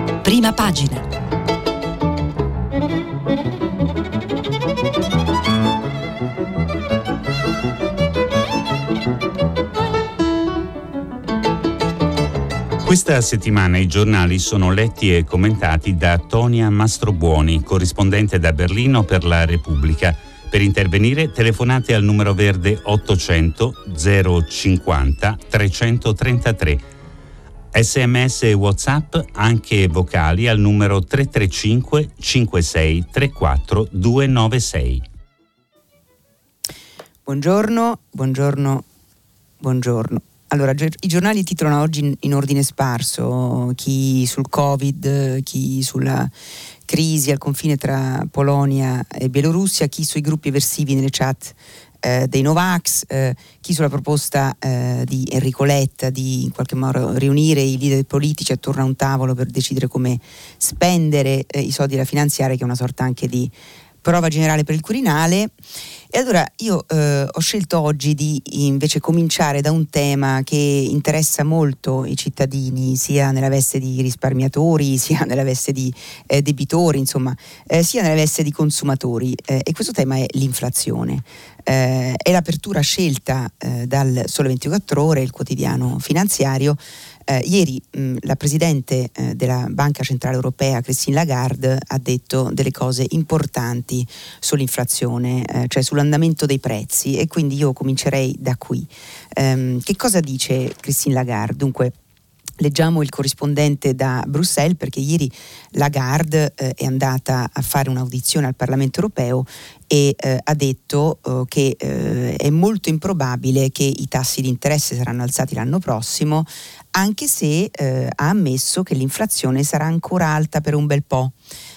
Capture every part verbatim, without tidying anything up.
Prima pagina. Questa settimana i giornali sono letti e commentati da Tonia Mastrobuoni, corrispondente da Berlino per la Repubblica. Per intervenire telefonate al numero verde ottocento zero cinquanta trecentotrentatré. Sms e WhatsApp, anche vocali, al numero tre tre cinque cinque sei tre quattro due nove sei. Buongiorno, buongiorno, buongiorno. Allora, i giornali titolano oggi in ordine sparso, chi sul Covid, chi sulla crisi al confine tra Polonia e Bielorussia, chi sui gruppi eversivi nelle chat eh, dei Novax, eh, chi sulla proposta eh, di Enrico Letta di in qualche modo riunire i leader politici attorno a un tavolo per decidere come spendere eh, i soldi da finanziare, che è una sorta anche di prova generale per il Quirinale. E allora io eh, ho scelto oggi di invece cominciare da un tema che interessa molto i cittadini, sia nella veste di risparmiatori, sia nella veste di eh, debitori, insomma, eh, sia nella veste di consumatori, eh, e questo tema è l'inflazione. Eh, è l'apertura scelta eh, dal Sole ventiquattro Ore, il quotidiano finanziario. Eh, ieri mh, la Presidente eh, della Banca Centrale Europea, Christine Lagarde, ha detto delle cose importanti sull'inflazione, eh, cioè sull'andamento dei prezzi, e quindi io comincerei da qui. Ehm, che cosa dice Christine Lagarde? Dunque, leggiamo il corrispondente da Bruxelles, perché ieri Lagarde eh, è andata a fare un'audizione al Parlamento europeo e eh, ha detto eh, che eh, è molto improbabile che i tassi di interesse saranno alzati l'anno prossimo, anche se eh, ha ammesso che l'inflazione sarà ancora alta per un bel po'.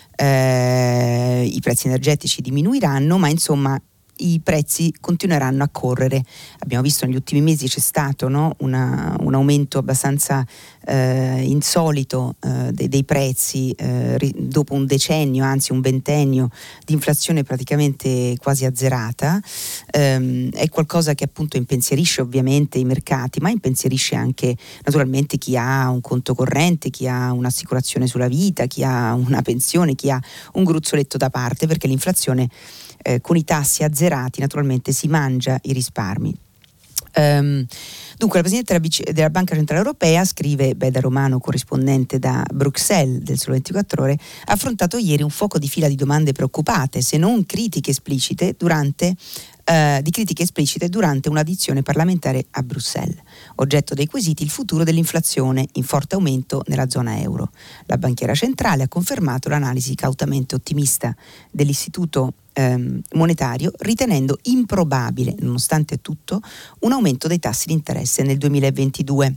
Eh, i prezzi energetici diminuiranno, ma insomma i prezzi continueranno a correre. Abbiamo visto negli ultimi mesi c'è stato no, una, un aumento abbastanza eh, insolito eh, dei, dei prezzi eh, ri, dopo un decennio, anzi un ventennio di inflazione praticamente quasi azzerata. Ehm, è qualcosa che appunto impensierisce ovviamente i mercati, ma impensierisce anche naturalmente chi ha un conto corrente, chi ha un'assicurazione sulla vita, chi ha una pensione, chi ha un gruzzoletto da parte, perché l'inflazione Eh, con i tassi azzerati naturalmente si mangia i risparmi. Um, dunque la Presidente della, B C- della Banca Centrale Europea, scrive Beda Romano, corrispondente da Bruxelles del Sole ventiquattro Ore, ha affrontato ieri un fuoco di fila di domande preoccupate, se non critiche esplicite, durante Uh, di critiche esplicite durante un'audizione parlamentare a Bruxelles. Oggetto dei quesiti il futuro dell'inflazione in forte aumento nella zona euro. La banchiera centrale ha confermato l'analisi cautamente ottimista dell'istituto um, monetario, ritenendo improbabile, nonostante tutto, un aumento dei tassi di interesse nel duemilaventidue.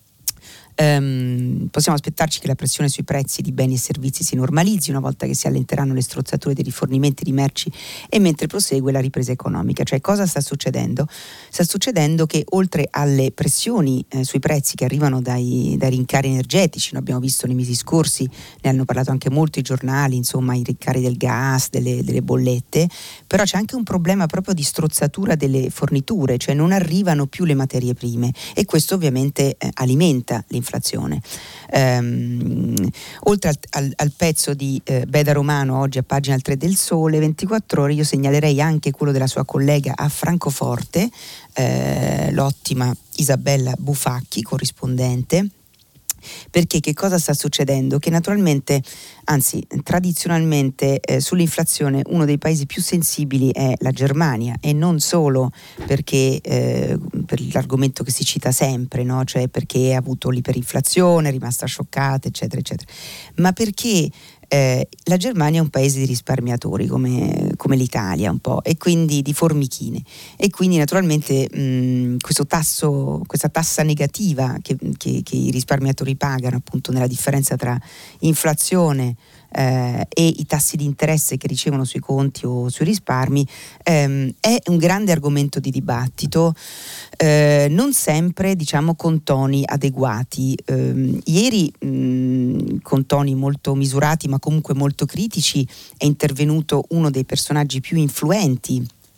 Um, possiamo aspettarci che la pressione sui prezzi di beni e servizi si normalizzi una volta che si allenteranno le strozzature dei rifornimenti di merci e mentre prosegue la ripresa economica. Cioè, cosa sta succedendo? Sta succedendo che oltre alle pressioni eh, sui prezzi che arrivano dai, dai rincari energetici, lo abbiamo visto nei mesi scorsi, ne hanno parlato anche molto i giornali, insomma i rincari del gas, delle, delle bollette, però c'è anche un problema proprio di strozzatura delle forniture, cioè non arrivano più le materie prime, e questo ovviamente eh, alimenta l'inflazione. Inflazione. Um, oltre al, al, al pezzo di eh, Beda Romano oggi a pagina tre del Sole ventiquattro Ore, io segnalerei anche quello della sua collega a Francoforte, eh, l'ottima Isabella Bufacchi, corrispondente. Perché che cosa sta succedendo? Che naturalmente, anzi tradizionalmente eh, sull'inflazione uno dei paesi più sensibili è la Germania, e non solo perché eh, per l'argomento che si cita sempre, no? Cioè perché ha avuto l'iperinflazione, è rimasta scioccata, eccetera, eccetera, ma perché Eh, la Germania è un paese di risparmiatori come, come l'Italia un po', e quindi di formichine, e quindi naturalmente mh, questo tasso, questa tassa negativa che, che, che i risparmiatori pagano appunto nella differenza tra inflazione eh, e i tassi di interesse che ricevono sui conti o sui risparmi ehm, è un grande argomento di dibattito, eh, non sempre diciamo con toni adeguati. Eh, ieri mh, con toni molto misurati ma comunque molto critici è intervenuto uno dei personaggi più influenti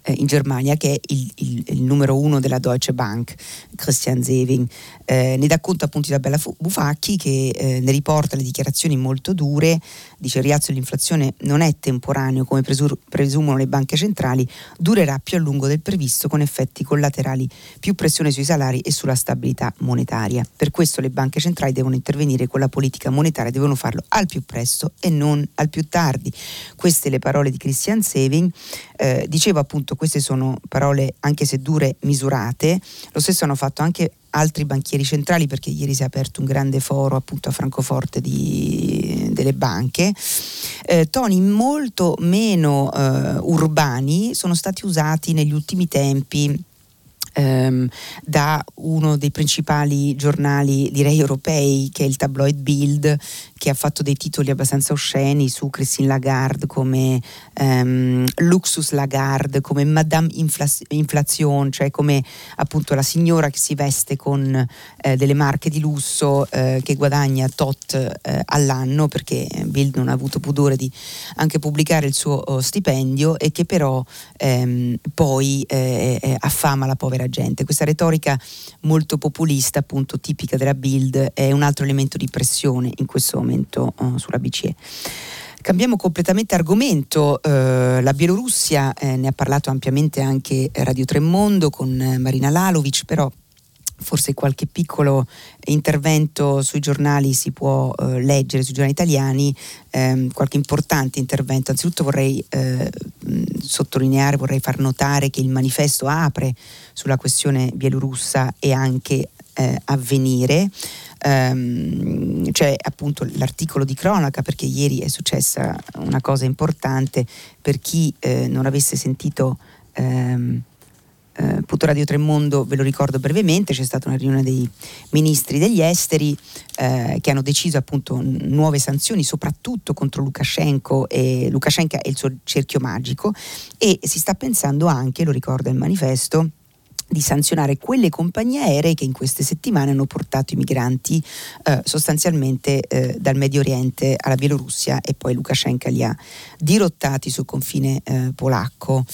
eh, in Germania, che è il, il, il numero uno della Deutsche Bank, Christian Sewing. Eh, ne dà conto appunto Isabella Bufacchi, che eh, ne riporta le dichiarazioni molto dure. Dice: il rialzo dell'inflazione non è temporaneo come presur- presumono le banche centrali, durerà più a lungo del previsto, con effetti collaterali, più pressione sui salari e sulla stabilità monetaria. Per questo le banche centrali devono intervenire con la politica monetaria, devono farlo al più presto e non al più tardi. Queste le parole di Christian Sewing. Eh, dicevo appunto, queste sono parole, anche se dure, misurate. Lo stesso hanno fatto anche altri banchieri centrali, perché ieri si è aperto un grande foro appunto a Francoforte di, delle banche. Eh, toni molto meno eh, urbani sono stati usati negli ultimi tempi ehm, da uno dei principali giornali, direi europei, che è il tabloid Bild, che ha fatto dei titoli abbastanza osceni su Christine Lagarde come ehm, Luxus Lagarde, come Madame Infla- Inflation, cioè come appunto la signora che si veste con eh, delle marche di lusso, eh, che guadagna tot eh, all'anno, perché Bild non ha avuto pudore di anche pubblicare il suo oh, stipendio, e che però ehm, poi eh, eh, affama la povera gente. Questa retorica molto populista, appunto tipica della Bild, è un altro elemento di pressione in questo momento uh, sulla B C E. Cambiamo completamente argomento. Uh, la Bielorussia, eh, ne ha parlato ampiamente anche Radio Tremondo con eh, Marina Lalovic, però forse qualche piccolo intervento sui giornali si può eh, leggere, sui giornali italiani, ehm, qualche importante intervento. Anzitutto vorrei eh, sottolineare, vorrei far notare che il manifesto apre sulla questione bielorussa e anche eh, Avvenire. Um, c'è appunto l'articolo di cronaca, perché ieri è successa una cosa importante. Per chi eh, non avesse sentito ehm, Uh, appunto Radio Tremondo, ve lo ricordo brevemente, c'è stata una riunione dei ministri degli esteri uh, che hanno deciso appunto nuove sanzioni, soprattutto contro Lukashenko, e Lukashenko è il suo cerchio magico, e si sta pensando anche, lo ricorda il manifesto, di sanzionare quelle compagnie aeree che in queste settimane hanno portato i migranti eh, sostanzialmente eh, dal Medio Oriente alla Bielorussia, e poi Lukashenko li ha dirottati sul confine eh, polacco.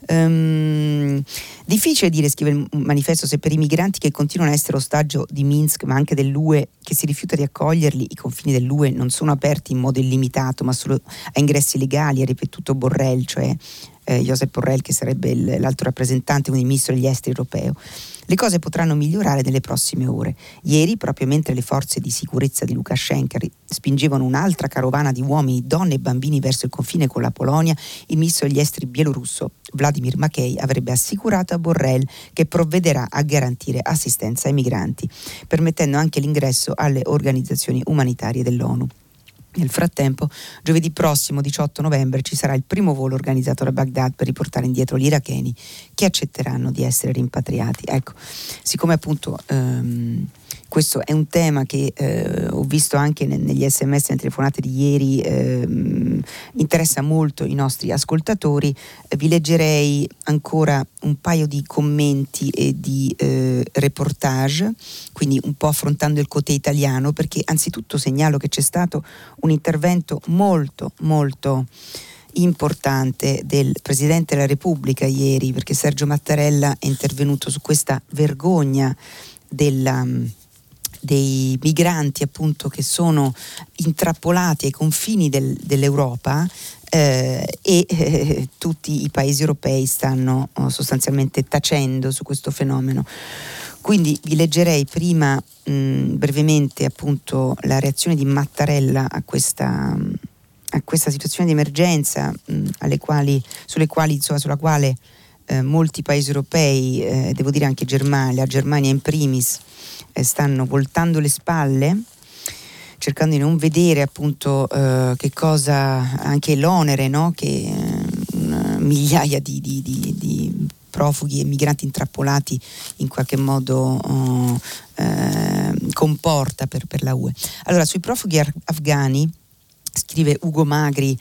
Um, difficile dire, scrive il manifesto, se per i migranti che continuano a essere ostaggio di Minsk, ma anche dell'U E che si rifiuta di accoglierli, i confini dell'U E non sono aperti in modo illimitato, ma solo a ingressi legali, ha ripetuto Borrell, cioè Eh, Josep Borrell, che sarebbe il, l'alto rappresentante, quindi il ministro degli esteri europeo. Le cose potranno migliorare nelle prossime ore. Ieri, proprio mentre le forze di sicurezza di Lukashenko spingevano un'altra carovana di uomini, donne e bambini verso il confine con la Polonia, il ministro degli esteri bielorusso Vladimir Makej avrebbe assicurato a Borrell che provvederà a garantire assistenza ai migranti, permettendo anche l'ingresso alle organizzazioni umanitarie dell'ONU. Nel frattempo, giovedì prossimo diciotto novembre ci sarà il primo volo organizzato da Baghdad per riportare indietro gli iracheni che accetteranno di essere rimpatriati. Ecco, siccome appunto ehm, questo è un tema che eh, ho visto anche negli sms e nelle telefonate di ieri, ehm, interessa molto i nostri ascoltatori, eh, vi leggerei ancora un paio di commenti e di eh, reportage, quindi un po' affrontando il côté italiano, perché anzitutto segnalo che c'è stato un intervento molto molto importante del Presidente della Repubblica ieri, perché Sergio Mattarella è intervenuto su questa vergogna della dei migranti appunto che sono intrappolati ai confini del, dell'Europa eh, e eh, tutti i paesi europei stanno oh, sostanzialmente tacendo su questo fenomeno. Quindi vi leggerei prima mh, brevemente appunto la reazione di Mattarella a questa, a questa situazione di emergenza mh, alle quali, sulle quali, insomma, sulla quale eh, molti paesi europei, eh, devo dire anche Germania, la Germania in primis, eh, stanno voltando le spalle, cercando di non vedere appunto eh, che cosa, anche l'onere, no? che eh, migliaia di, di, di, di profughi e migranti intrappolati in qualche modo oh, eh, comporta per, per la U E. Allora, sui profughi afghani Scrive Ugo Magri,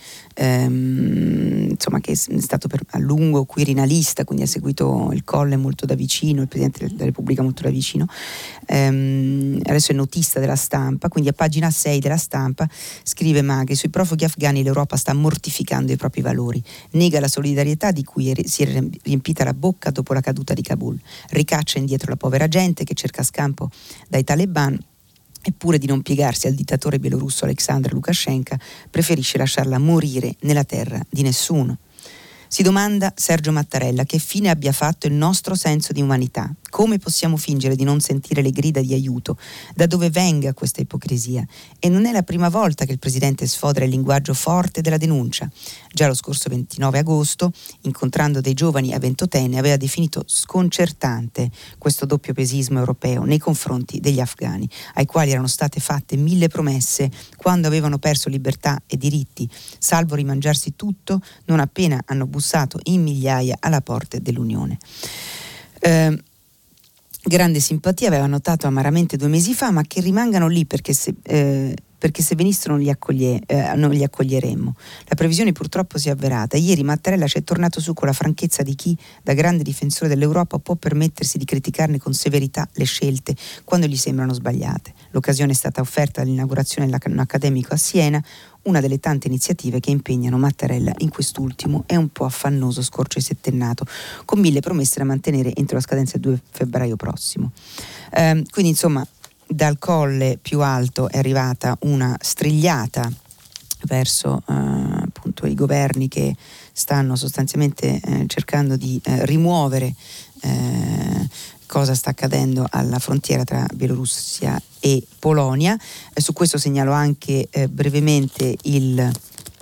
ehm, insomma, che è stato per, a lungo quirinalista, quindi ha seguito il Colle molto da vicino, il Presidente della Repubblica molto da vicino, ehm, adesso è notista della Stampa, quindi a pagina sei della Stampa scrive Magri: sui profughi afghani l'Europa sta mortificando i propri valori, nega la solidarietà di cui si è riempita la bocca dopo la caduta di Kabul, ricaccia indietro la povera gente che cerca scampo dai talebani, eppure di non piegarsi al dittatore bielorusso Aleksandr Lukashenko preferisce lasciarla morire nella terra di nessuno. Si domanda Sergio Mattarella che fine abbia fatto il nostro senso di umanità. Come possiamo fingere di non sentire le grida di aiuto? Da dove venga questa ipocrisia? E non è la prima volta che il Presidente sfodera il linguaggio forte della denuncia. Già lo scorso ventinove agosto, incontrando dei giovani a Ventotene, aveva definito sconcertante questo doppiopesismo europeo nei confronti degli afghani, ai quali erano state fatte mille promesse quando avevano perso libertà e diritti, salvo rimangiarsi tutto non appena hanno bussato in migliaia alla porta dell'Unione. Eh, grande simpatia aveva notato amaramente due mesi fa, ma che rimangano lì perché se, eh, perché se venissero non li, accoglie, eh, non li accoglieremmo. La previsione purtroppo si è avverata. Ieri Mattarella ci è tornato su con la franchezza di chi, da grande difensore dell'Europa, può permettersi di criticarne con severità le scelte quando gli sembrano sbagliate. L'occasione è stata offerta all'inaugurazione dell'anno accademico a Siena, una delle tante iniziative che impegnano Mattarella in quest'ultimo e un po' affannoso scorcio settennato, con mille promesse da mantenere entro la scadenza del due febbraio prossimo. Eh, quindi insomma, dal Colle più alto è arrivata una strigliata verso eh, appunto i governi che stanno sostanzialmente eh, cercando di eh, rimuovere eh, cosa sta accadendo alla frontiera tra Bielorussia e Polonia. Eh, su questo segnalo anche eh, brevemente il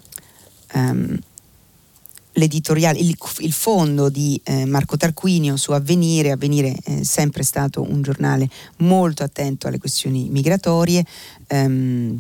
um, l'editoriale, il, il fondo di eh, Marco Tarquinio su Avvenire. Avvenire è sempre stato un giornale molto attento alle questioni migratorie. Um,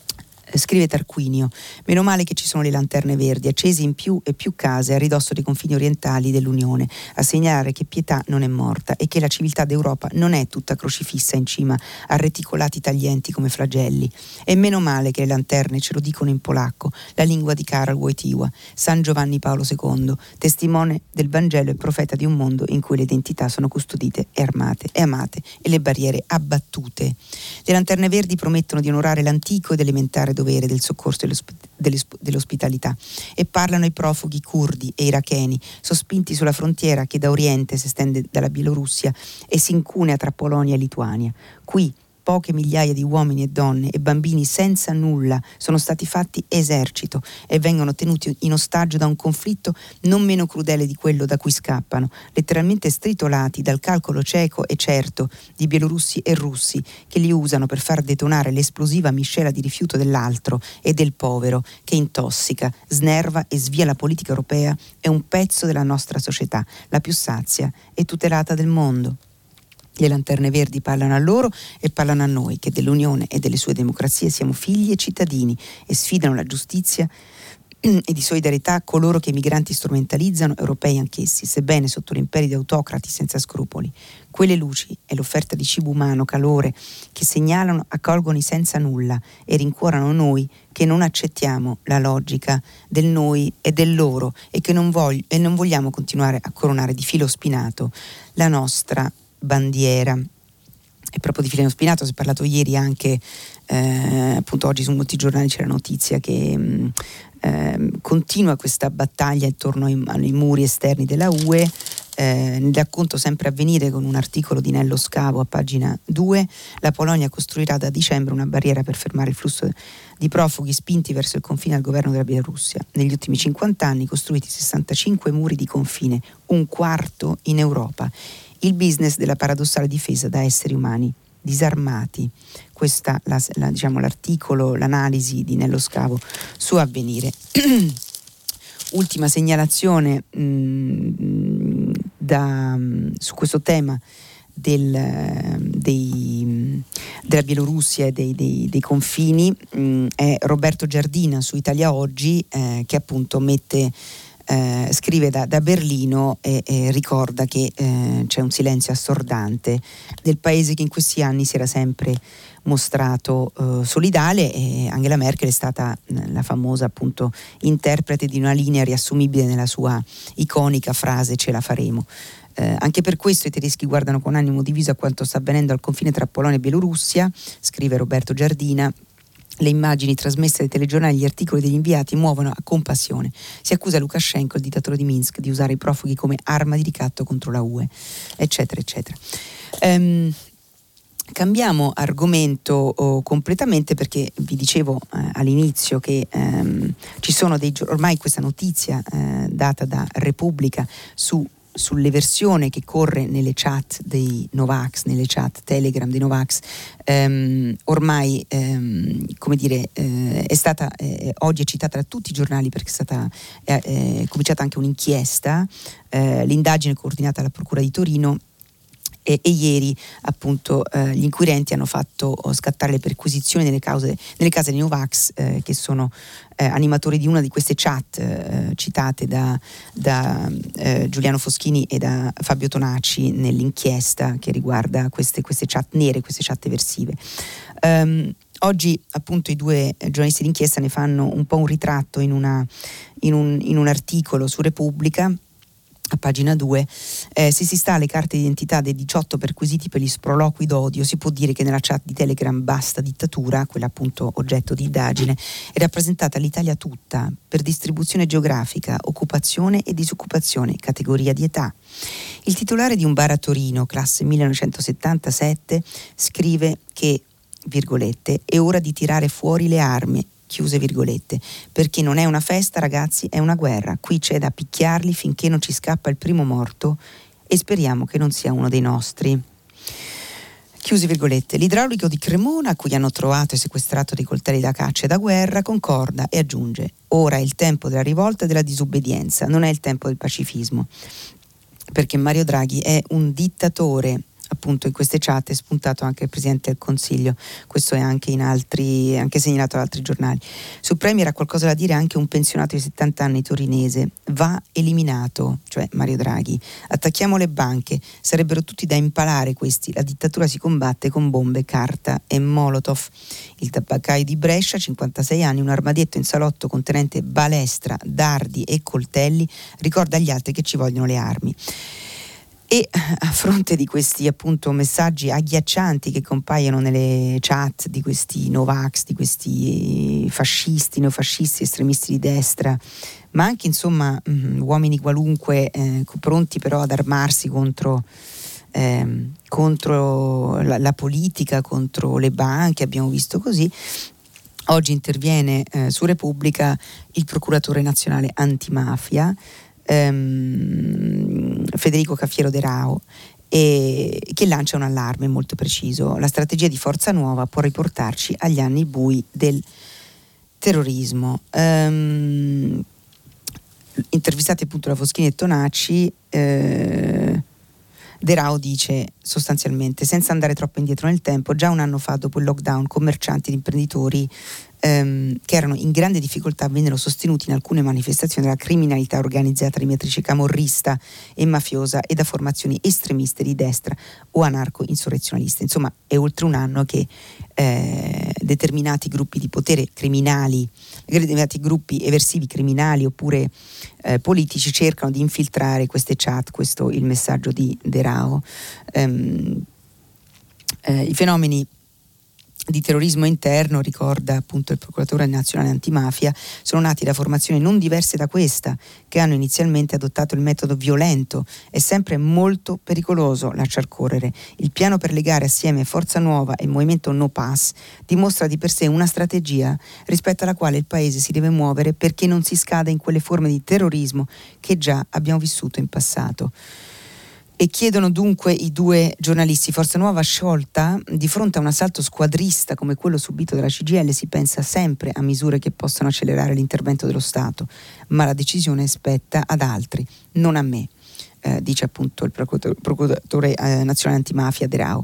Scrive Tarquinio: meno male che ci sono le lanterne verdi accese in più e più case a ridosso dei confini orientali dell'Unione, a segnalare che pietà non è morta e che la civiltà d'Europa non è tutta crocifissa in cima a reticolati taglienti come flagelli. E meno male che le lanterne ce lo dicono in polacco, la lingua di Karol Wojtyła, San Giovanni Paolo secondo, testimone del Vangelo e profeta di un mondo in cui le identità sono custodite e armate e amate e le barriere abbattute. Le lanterne verdi promettono di onorare l'antico ed elementare dovere del soccorso e dell'ospitalità e parlano ai profughi curdi e iracheni sospinti sulla frontiera che da oriente si estende dalla Bielorussia e si incunea tra Polonia e Lituania. Qui poche migliaia di uomini e donne e bambini senza nulla sono stati fatti esercito e vengono tenuti in ostaggio da un conflitto non meno crudele di quello da cui scappano, letteralmente stritolati dal calcolo cieco e certo di bielorussi e russi che li usano per far detonare l'esplosiva miscela di rifiuto dell'altro e del povero che intossica, snerva e svia la politica europea e un pezzo della nostra società, la più sazia e tutelata del mondo. Le lanterne verdi parlano a loro e parlano a noi, che dell'Unione e delle sue democrazie siamo figli e cittadini, e sfidano la giustizia e di solidarietà coloro che i migranti strumentalizzano, europei anch'essi, sebbene sotto l'impero di autocrati senza scrupoli. Quelle luci e l'offerta di cibo umano, calore, che segnalano, accolgono i senza nulla e rincuorano noi che non accettiamo la logica del noi e del loro e che non, vogli- e non vogliamo continuare a coronare di filo spinato la nostra bandiera. E proprio di fileno spinato si è parlato ieri anche, eh, appunto oggi su molti giornali c'è la notizia che mh, eh, continua questa battaglia intorno ai, ai muri esterni della U E. Eh, ne racconto sempre Avvenire con un articolo di Nello Scavo a pagina due. La Polonia costruirà da dicembre una barriera per fermare il flusso di profughi spinti verso il confine al governo della Bielorussia. Negli ultimi cinquanta anni costruiti sessantacinque muri di confine, un quarto in Europa. Il business della paradossale difesa da esseri umani disarmati. Questa la, la, diciamo, l'articolo, l'analisi di Nello Scavo su Avvenire. Ultima segnalazione mh, da, su questo tema del, dei, della Bielorussia e dei, dei, dei confini mh, è Roberto Giardina su Italia Oggi, eh, che appunto mette eh, scrive da, da Berlino e, e ricorda che eh, c'è un silenzio assordante del paese che in questi anni si era sempre mostrato eh, solidale, e Angela Merkel è stata eh, la famosa appunto interprete di una linea riassumibile nella sua iconica frase "ce la faremo". Eh, anche per questo i tedeschi guardano con animo diviso a quanto sta avvenendo al confine tra Polonia e Bielorussia, scrive Roberto Giardina. Le immagini trasmesse dai telegiornali e gli articoli degli inviati muovono a compassione. Si accusa Lukashenko, il dittatore di Minsk, di usare i profughi come arma di ricatto contro la U E, eccetera, eccetera. Um, Cambiamo argomento oh, completamente, perché vi dicevo eh, all'inizio che ehm, ci sono dei ormai questa notizia eh, data da Repubblica su sull'eversione che corre nelle chat dei Novax, nelle chat Telegram dei Novax, ehm, ormai ehm, come dire eh, è stata eh, oggi è citata da tutti i giornali, perché è stata è, è cominciata anche un'inchiesta, eh, l'indagine coordinata dalla Procura di Torino. E, e ieri appunto eh, gli inquirenti hanno fatto scattare le perquisizioni nelle, cause, nelle case dei Novax, eh, che sono eh, animatori di una di queste chat eh, citate da, da eh, Giuliano Foschini e da Fabio Tonacci nell'inchiesta che riguarda queste, queste chat nere, queste chat eversive. Um, oggi appunto i due giornalisti d'inchiesta ne fanno un po' un ritratto in, una, in, un, in un articolo su Repubblica. A pagina due, eh, se si sta alle carte d'identità dei diciotto perquisiti per gli sproloqui d'odio, si può dire che nella chat di Telegram Basta Dittatura, quella appunto oggetto di indagine, è rappresentata l'Italia tutta, per distribuzione geografica, occupazione e disoccupazione, categoria di età. Il titolare di un bar a Torino, classe millenovecentosettantasette, scrive che, virgolette, è ora di tirare fuori le armi, chiuse virgolette, perché non è una festa, ragazzi, è una guerra. Qui c'è da picchiarli finché non ci scappa il primo morto, e speriamo che non sia uno dei nostri. Chiuse virgolette. L'idraulico di Cremona, a cui hanno trovato e sequestrato dei coltelli da caccia e da guerra, concorda e aggiunge: ora è il tempo della rivolta e della disobbedienza, non è il tempo del pacifismo, perché Mario Draghi è un dittatore. Appunto in queste chat è spuntato anche il Presidente del Consiglio, questo è anche in altri, anche segnalato da altri giornali. Sul Premier ha qualcosa da dire anche un pensionato di settanta anni torinese: va eliminato, cioè Mario Draghi. Attacchiamo le banche, sarebbero tutti da impalare questi, la dittatura si combatte con bombe, carta e molotov. Il tabaccaio di Brescia, cinquantasei anni, un armadietto in salotto contenente balestra, dardi e coltelli, ricorda agli altri che ci vogliono le armi. E a fronte di questi appunto messaggi agghiaccianti che compaiono nelle chat di questi Novax, di questi fascisti, neofascisti, estremisti di destra, ma anche insomma mh, uomini qualunque eh, pronti però ad armarsi contro, eh, contro la, la politica, contro le banche, abbiamo visto così. Oggi interviene eh, su Repubblica il procuratore nazionale antimafia, ehm, Federico Cafiero De Rao, e che lancia un allarme molto preciso. La strategia di Forza Nuova può riportarci agli anni bui del terrorismo. Um, intervistati appunto da Foschini e Tonacci, eh, De Rao dice sostanzialmente, senza andare troppo indietro nel tempo, già un anno fa, dopo il lockdown, commercianti ed imprenditori ehm, che erano in grande difficoltà vennero sostenuti in alcune manifestazioni dalla criminalità organizzata di matrice camorrista e mafiosa e da formazioni estremiste di destra o anarco-insurrezionaliste. Insomma, è oltre un anno che eh, determinati gruppi di potere criminali, determinati gruppi eversivi criminali oppure eh, politici cercano di infiltrare queste chat, questo è il messaggio di De Rao. Um, eh, I fenomeni di terrorismo interno, ricorda appunto il procuratore nazionale antimafia, sono nati da formazioni non diverse da questa, che hanno inizialmente adottato il metodo violento. È sempre molto pericoloso lasciar correre. Il piano per legare assieme Forza Nuova e il movimento No Pass dimostra di per sé una strategia rispetto alla quale il paese si deve muovere perché non si scada in quelle forme di terrorismo che già abbiamo vissuto in passato. E chiedono dunque i due giornalisti: Forza Nuova sciolta? Di fronte a un assalto squadrista come quello subito dalla C G I L si pensa sempre a misure che possano accelerare l'intervento dello Stato, ma la decisione spetta ad altri, non a me, eh, dice appunto il procuratore, procuratore eh, nazionale antimafia De Rao.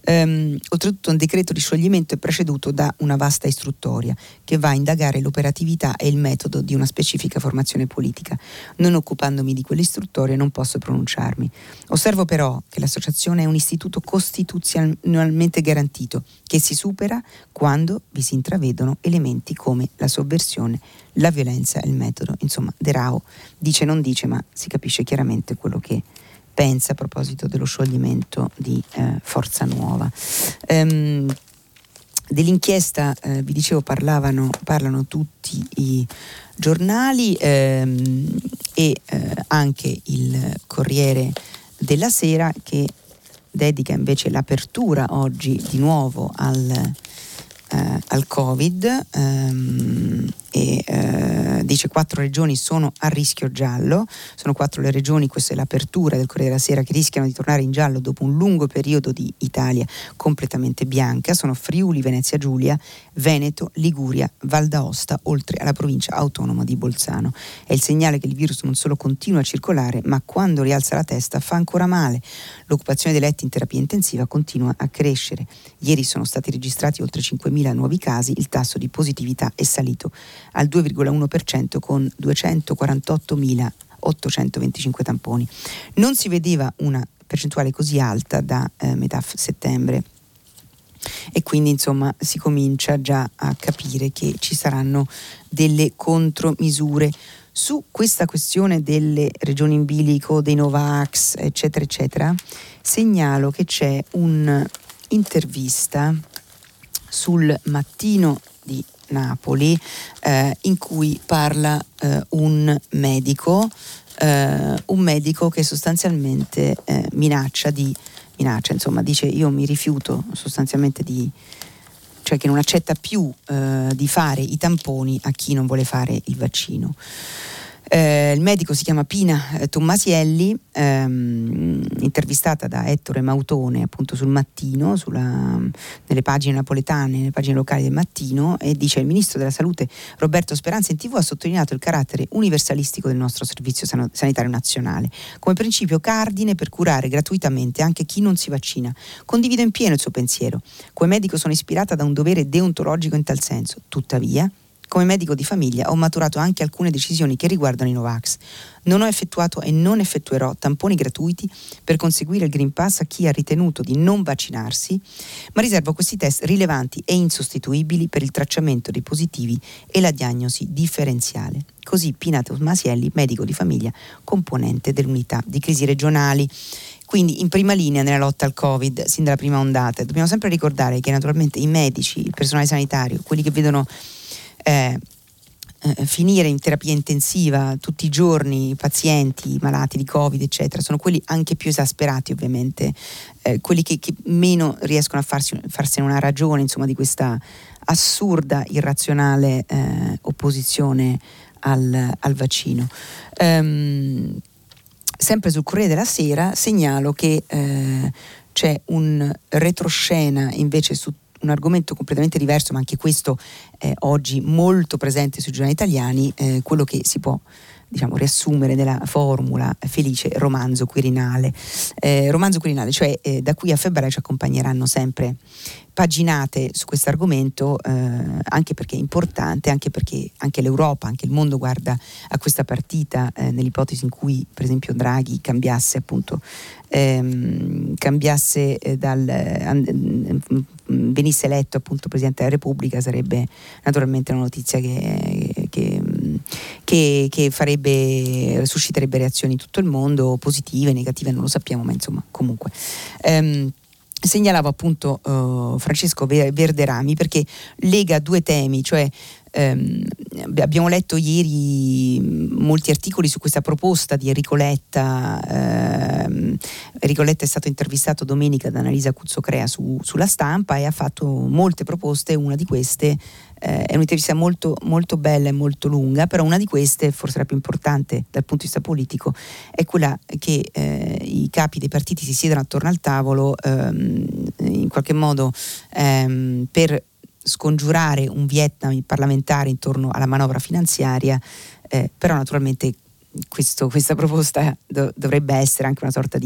Ehm, oltretutto un decreto di scioglimento è preceduto da una vasta istruttoria che va a indagare l'operatività e il metodo di una specifica formazione politica. Non occupandomi di quell'istruttoria non posso pronunciarmi. Osservo però che l'associazione è un istituto costituzionalmente garantito che si supera quando vi si intravedono elementi come la sovversione, la violenza e il metodo. Insomma, De Rao dice non dice, ma si capisce chiaramente quello che pensa a proposito dello scioglimento di eh, Forza Nuova. Ehm, dell'inchiesta, eh, vi dicevo, parlavano, parlano tutti i giornali ehm, e eh, anche il Corriere della Sera, che dedica invece l'apertura oggi di nuovo al, eh, al Covid ehm, e eh, dice quattro regioni sono a rischio giallo. Sono quattro le regioni, questa è l'apertura del Corriere della Sera, che rischiano di tornare in giallo dopo un lungo periodo di Italia completamente bianca. Sono Friuli, Venezia Giulia, Veneto, Liguria, Val d'Aosta, oltre alla provincia autonoma di Bolzano. È il segnale che il virus non solo continua a circolare, ma quando rialza la testa fa ancora male. L'occupazione dei letti in terapia intensiva continua a crescere. Ieri sono stati registrati oltre cinquemila nuovi casi, il tasso di positività è salito al due virgola uno per cento con duecentoquarantottomilaottocentoventicinque tamponi. Non si vedeva una percentuale così alta da eh, metà settembre e quindi insomma si comincia già a capire che ci saranno delle contromisure. Su questa questione delle regioni in bilico, dei Novax, eccetera, eccetera, segnalo che c'è un'intervista sul Mattino di Napoli eh, in cui parla eh, un medico, eh, un medico che sostanzialmente eh, minaccia di minaccia, insomma, dice io mi rifiuto sostanzialmente di, cioè che non accetta più eh, di fare i tamponi a chi non vuole fare il vaccino. Eh, il medico si chiama Pina Tommasielli, ehm, intervistata da Ettore Mautone appunto sul Mattino, sulla, nelle pagine napoletane, nelle pagine locali del Mattino, e dice: il ministro della Salute Roberto Speranza in tivù ha sottolineato il carattere universalistico del nostro servizio san- sanitario nazionale come principio cardine per curare gratuitamente anche chi non si vaccina. Condivido in pieno il suo pensiero. Come medico sono ispirata da un dovere deontologico in tal senso. Tuttavia, come medico di famiglia ho maturato anche alcune decisioni che riguardano i Novax. Non ho effettuato e non effettuerò tamponi gratuiti per conseguire il Green Pass a chi ha ritenuto di non vaccinarsi, ma riservo questi test rilevanti e insostituibili per il tracciamento dei positivi e la diagnosi differenziale. Così Pina Tommasielli, medico di famiglia, componente dell'unità di crisi regionali. Quindi in prima linea nella lotta al Covid, sin dalla prima ondata. Dobbiamo sempre ricordare che naturalmente i medici, il personale sanitario, quelli che vedono Eh, eh, finire in terapia intensiva tutti i giorni i pazienti malati di Covid eccetera, sono quelli anche più esasperati ovviamente, eh, quelli che, che meno riescono a farsi, farsene una ragione insomma di questa assurda, irrazionale eh, opposizione al, al vaccino. Um, sempre sul Corriere della Sera segnalo che eh, c'è un retroscena invece su un argomento completamente diverso, ma anche questo eh, oggi molto presente sui giornali italiani, eh, quello che si può diciamo riassumere nella formula felice romanzo quirinale. Eh, romanzo quirinale, cioè eh, da qui a febbraio ci accompagneranno sempre paginate su questo argomento, eh, anche perché è importante, anche perché anche l'Europa, anche il mondo guarda a questa partita eh, nell'ipotesi in cui per esempio Draghi cambiasse appunto ehm, cambiasse eh, dal eh, venisse eletto appunto Presidente della Repubblica, sarebbe naturalmente una notizia che, che, che, che farebbe susciterebbe reazioni in tutto il mondo, positive, negative, non lo sappiamo, ma insomma comunque ehm, segnalavo appunto uh, Francesco Verderami perché lega due temi, cioè ehm, abbiamo letto ieri molti articoli su questa proposta di Enrico Letta. ehm, Enrico Letta è stato intervistato domenica da Annalisa Cuzzocrea su, sulla Stampa e ha fatto molte proposte. Una di queste eh, è un'intervista molto, molto bella e molto lunga, però una di queste, forse la più importante dal punto di vista politico, è quella che eh, i capi dei partiti si siedano attorno al tavolo ehm, in qualche modo ehm, per scongiurare un Vietnam parlamentare intorno alla manovra finanziaria, eh, però naturalmente questo, questa proposta do, dovrebbe essere anche una sorta di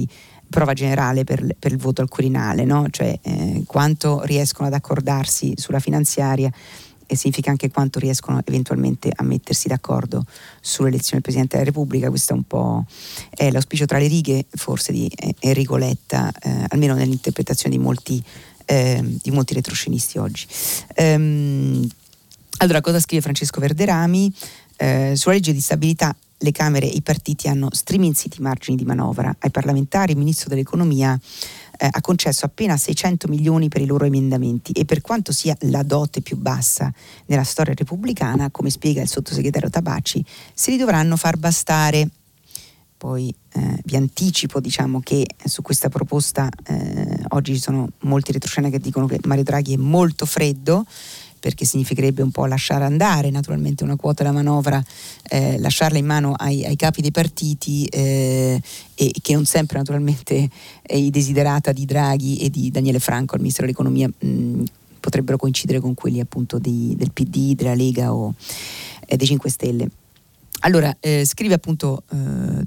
prova generale per, per il voto al Quirinale, no? Cioè eh, quanto riescono ad accordarsi sulla finanziaria, e significa anche quanto riescono eventualmente a mettersi d'accordo sull'elezione del Presidente della Repubblica. Questo è un po' è l'auspicio tra le righe forse di Enrico Letta, eh, almeno nell'interpretazione di molti, eh, di molti retroscenisti oggi. Ehm, allora, cosa scrive Francesco Verderami? Eh, sulla legge di stabilità le Camere e i partiti hanno striminziti i margini di manovra. Ai parlamentari il Ministro dell'Economia eh, ha concesso appena seicento milioni per i loro emendamenti, e per quanto sia la dote più bassa nella storia repubblicana, come spiega il sottosegretario Tabacci, se li dovranno far bastare. Poi eh, vi anticipo, diciamo, che su questa proposta eh, oggi ci sono molti retroscena che dicono che Mario Draghi è molto freddo, perché significherebbe un po' lasciare andare naturalmente una quota della manovra, eh, lasciarla in mano ai, ai capi dei partiti, eh, e che non sempre naturalmente è i desiderata di Draghi e di Daniele Franco al Ministero dell'Economia mh, potrebbero coincidere con quelli appunto di, del P D, della Lega o eh, dei cinque Stelle. Allora, eh, scrive appunto eh,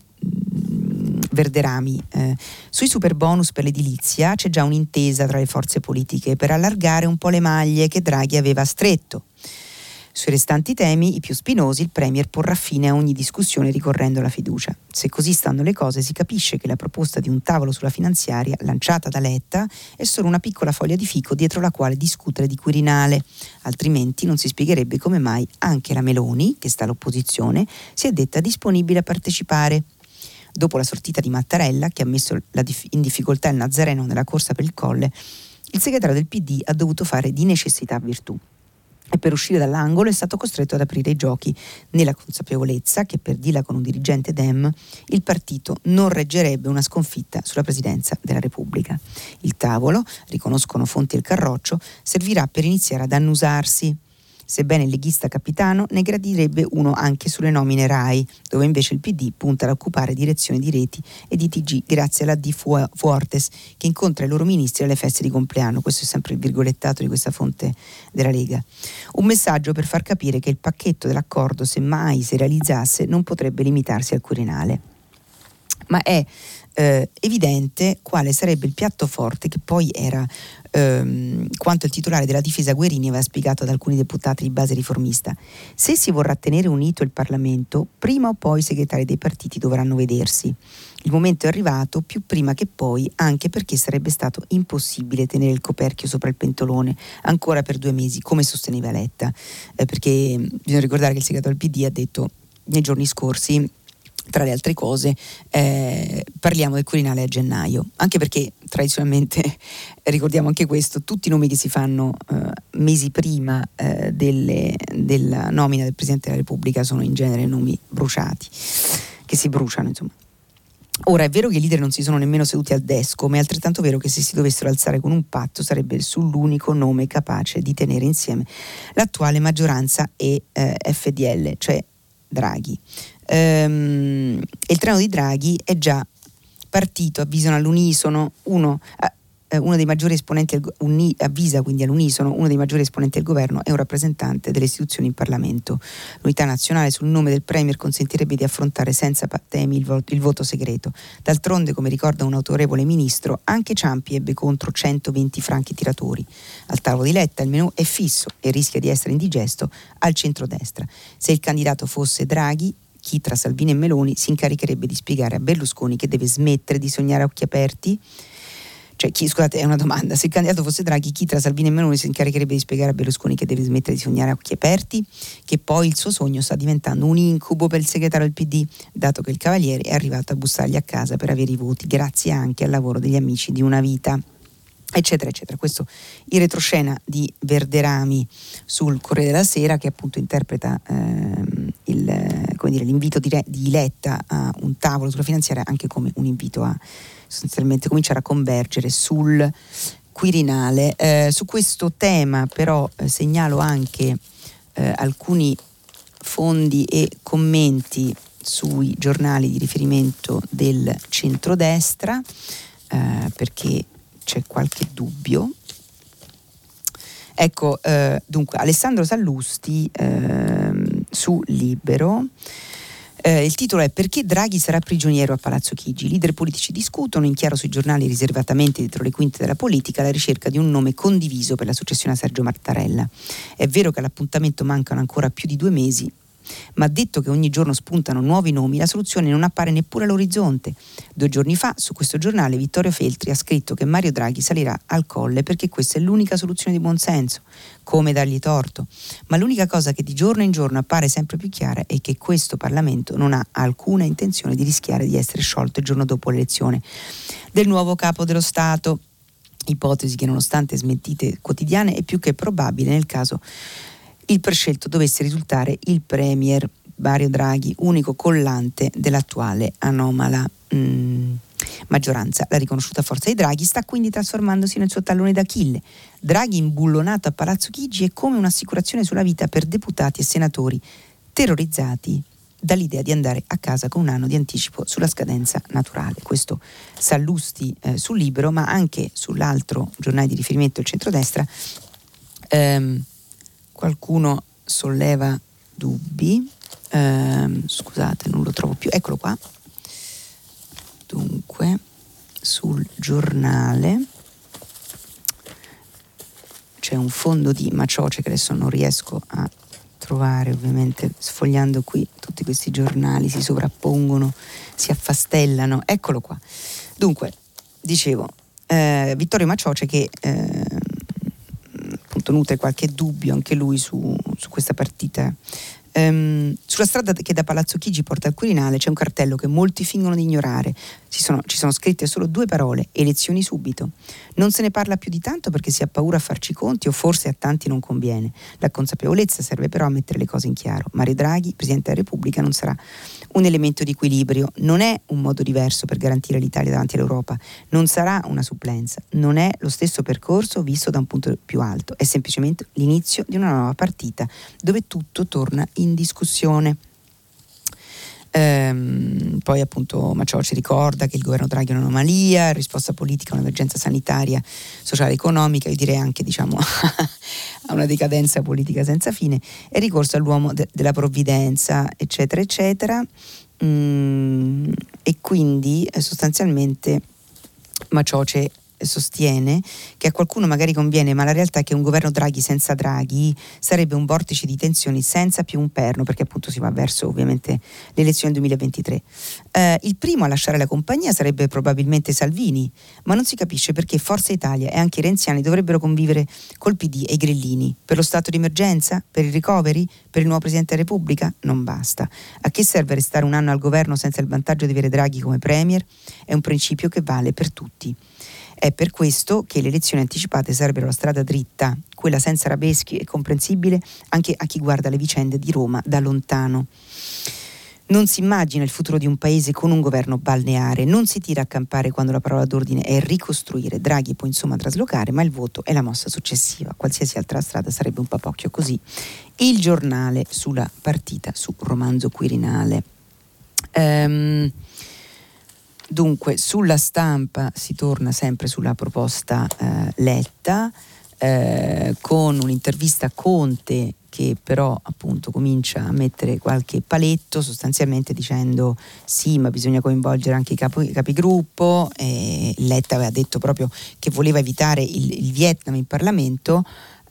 Verderami, eh, sui super bonus per l'edilizia c'è già un'intesa tra le forze politiche per allargare un po' le maglie che Draghi aveva stretto. Sui restanti temi, i più spinosi, il Premier porrà fine a ogni discussione ricorrendo alla fiducia. Se così stanno le cose, si capisce che la proposta di un tavolo sulla finanziaria lanciata da Letta è solo una piccola foglia di fico dietro la quale discutere di Quirinale, altrimenti non si spiegherebbe come mai anche la Meloni, che sta all'opposizione, si è detta disponibile a partecipare. Dopo la sortita di Mattarella, che ha messo la dif- in difficoltà il Nazareno nella corsa per il Colle, il segretario del P D ha dovuto fare di necessità virtù. E per uscire dall'angolo è stato costretto ad aprire i giochi, nella consapevolezza che, per dirla con un dirigente Dem, il partito non reggerebbe una sconfitta sulla presidenza della Repubblica. Il tavolo, riconoscono fonti del Carroccio, servirà per iniziare ad annusarsi. Sebbene il leghista capitano ne gradirebbe uno anche sulle nomine RAI, dove invece il P D punta ad occupare direzione di reti e di T G grazie alla D. Fuortes, che incontra i loro ministri alle feste di compleanno. Questo è sempre il virgolettato di questa fonte della Lega. Un messaggio per far capire che il pacchetto dell'accordo, se mai si realizzasse, non potrebbe limitarsi al Quirinale. Ma è eh, evidente quale sarebbe il piatto forte che poi era ehm, quanto il titolare della difesa Guerini aveva spiegato ad alcuni deputati di base riformista. Se si vorrà tenere unito il Parlamento, prima o poi i segretari dei partiti dovranno vedersi. Il momento è arrivato, più prima che poi, anche perché sarebbe stato impossibile tenere il coperchio sopra il pentolone ancora per due mesi, come sosteneva Letta, eh, perché bisogna ricordare che il segretario del P D ha detto nei giorni scorsi, tra le altre cose, eh, parliamo del Quirinale a gennaio, anche perché tradizionalmente, ricordiamo anche questo, tutti i nomi che si fanno eh, mesi prima eh, delle, della nomina del Presidente della Repubblica sono in genere nomi bruciati, che si bruciano, insomma. Ora, è vero che i leader non si sono nemmeno seduti al desco, ma è altrettanto vero che se si dovessero alzare con un patto sarebbe sull'unico nome capace di tenere insieme l'attuale maggioranza e eh, F D L, cioè Draghi. Ehm, e il treno di Draghi è già partito, avvisano all'unisono uno, eh, uno dei maggiori esponenti del, uni, avvisa quindi all'unisono uno dei maggiori esponenti del governo e un rappresentante delle istituzioni in Parlamento. L'unità nazionale sul nome del Premier consentirebbe di affrontare senza temi il voto, il voto segreto. D'altronde, come ricorda un autorevole ministro, anche Ciampi ebbe contro centoventi franchi tiratori. Al tavolo di Letta il menù è fisso e rischia di essere indigesto al centrodestra. Se il candidato fosse Draghi, chi tra Salvini e Meloni si incaricherebbe di spiegare a Berlusconi che deve smettere di sognare a occhi aperti? Cioè, chi, scusate, è una domanda. Se il candidato fosse Draghi, chi tra Salvini e Meloni si incaricherebbe di spiegare a Berlusconi che deve smettere di sognare a occhi aperti? Che poi il suo sogno sta diventando un incubo per il segretario del P D, dato che il Cavaliere è arrivato a bussargli a casa per avere i voti, grazie anche al lavoro degli amici di una vita, eccetera eccetera. Questo il retroscena di Verderami sul Corriere della Sera, che appunto interpreta ehm, il, come dire, l'invito di, Re, di Letta a un tavolo sulla finanziaria anche come un invito a sostanzialmente cominciare a convergere sul Quirinale. Eh, su questo tema però eh, segnalo anche eh, alcuni fondi e commenti sui giornali di riferimento del centrodestra, eh, perché c'è qualche dubbio. Ecco, eh, dunque, Alessandro Sallusti eh, su Libero Eh, il titolo è "Perché Draghi sarà prigioniero a Palazzo Chigi? I leader politici discutono, in chiaro sui giornali riservatamente dietro le quinte della politica, la ricerca di un nome condiviso per la successione a Sergio Mattarella. È vero che all'appuntamento mancano ancora più di due mesi, ma detto che ogni giorno spuntano nuovi nomi, la soluzione non appare neppure all'orizzonte. Due giorni fa, su questo giornale, Vittorio Feltri ha scritto che Mario Draghi salirà al Colle perché questa è l'unica soluzione di buonsenso. Come dargli torto? Ma l'unica cosa che di giorno in giorno appare sempre più chiara è che questo Parlamento non ha alcuna intenzione di rischiare di essere sciolto il giorno dopo l'elezione del nuovo capo dello Stato. Ipotesi che, nonostante smentite quotidiane, è più che probabile nel caso il prescelto dovesse risultare il premier Mario Draghi, unico collante dell'attuale anomala mh, maggioranza. La riconosciuta forza di Draghi sta quindi trasformandosi nel suo tallone d'Achille. Draghi imbullonato a Palazzo Chigi è come un'assicurazione sulla vita per deputati e senatori terrorizzati dall'idea di andare a casa con un anno di anticipo sulla scadenza naturale. Questo Sallusti eh, sul Libero, ma anche sull'altro giornale di riferimento, il centrodestra. Ehm, Qualcuno solleva dubbi, ehm, scusate, non lo trovo più, eccolo qua. Dunque, sul giornale c'è un fondo di Macioce che adesso non riesco a trovare, ovviamente sfogliando qui tutti questi giornali si sovrappongono, si affastellano, eccolo qua. Dunque, dicevo, eh, Vittorio Macioce che eh, appunto nutre qualche dubbio anche lui su, su questa partita. Um, sulla strada che da Palazzo Chigi porta al Quirinale c'è un cartello che molti fingono di ignorare. Ci sono, ci sono scritte solo due parole: elezioni subito. Non se ne parla più di tanto perché si ha paura a farci conti, o forse a tanti non conviene. La consapevolezza serve però a mettere le cose in chiaro. Mario Draghi, Presidente della Repubblica, non sarà un elemento di equilibrio, non è un modo diverso per garantire l'Italia davanti all'Europa, non sarà una supplenza, non è lo stesso percorso visto da un punto più alto, è semplicemente l'inizio di una nuova partita dove tutto torna in discussione. Ehm, poi appunto Macioce ricorda che il governo Draghi è un'anomalia, risposta politica a un'emergenza sanitaria, sociale e economica, io direi anche diciamo a una decadenza politica senza fine, e ricorso all'uomo de- della provvidenza, eccetera eccetera. Mm, e quindi eh, sostanzialmente Macioce sostiene che a qualcuno magari conviene, ma la realtà è che un governo Draghi senza Draghi sarebbe un vortice di tensioni senza più un perno, perché appunto si va verso ovviamente le elezioni del duemilaventitré. Eh, il primo a lasciare la compagnia sarebbe probabilmente Salvini, ma non si capisce perché Forza Italia e anche i renziani dovrebbero convivere col P D e i grillini. Per lo stato di emergenza? Per il recovery? Per il nuovo Presidente della Repubblica? Non basta. A che serve restare un anno al governo senza il vantaggio di avere Draghi come premier? È un principio che vale per tutti. È per questo che le elezioni anticipate sarebbero la strada dritta, quella senza arabeschi e comprensibile anche a chi guarda le vicende di Roma da lontano. Non si immagina il futuro di un paese con un governo balneare, non si tira a campare quando la parola d'ordine è ricostruire. Draghi può insomma traslocare, ma il voto è la mossa successiva. Qualsiasi altra strada sarebbe un papocchio così. Il giornale sulla partita, su Romanzo Quirinale. Ehm... Dunque, sulla Stampa si torna sempre sulla proposta eh, Letta, eh, con un'intervista a Conte che però appunto comincia a mettere qualche paletto, sostanzialmente dicendo sì, ma bisogna coinvolgere anche i, capo, i capigruppo. E Letta aveva detto proprio che voleva evitare il, il Vietnam in Parlamento.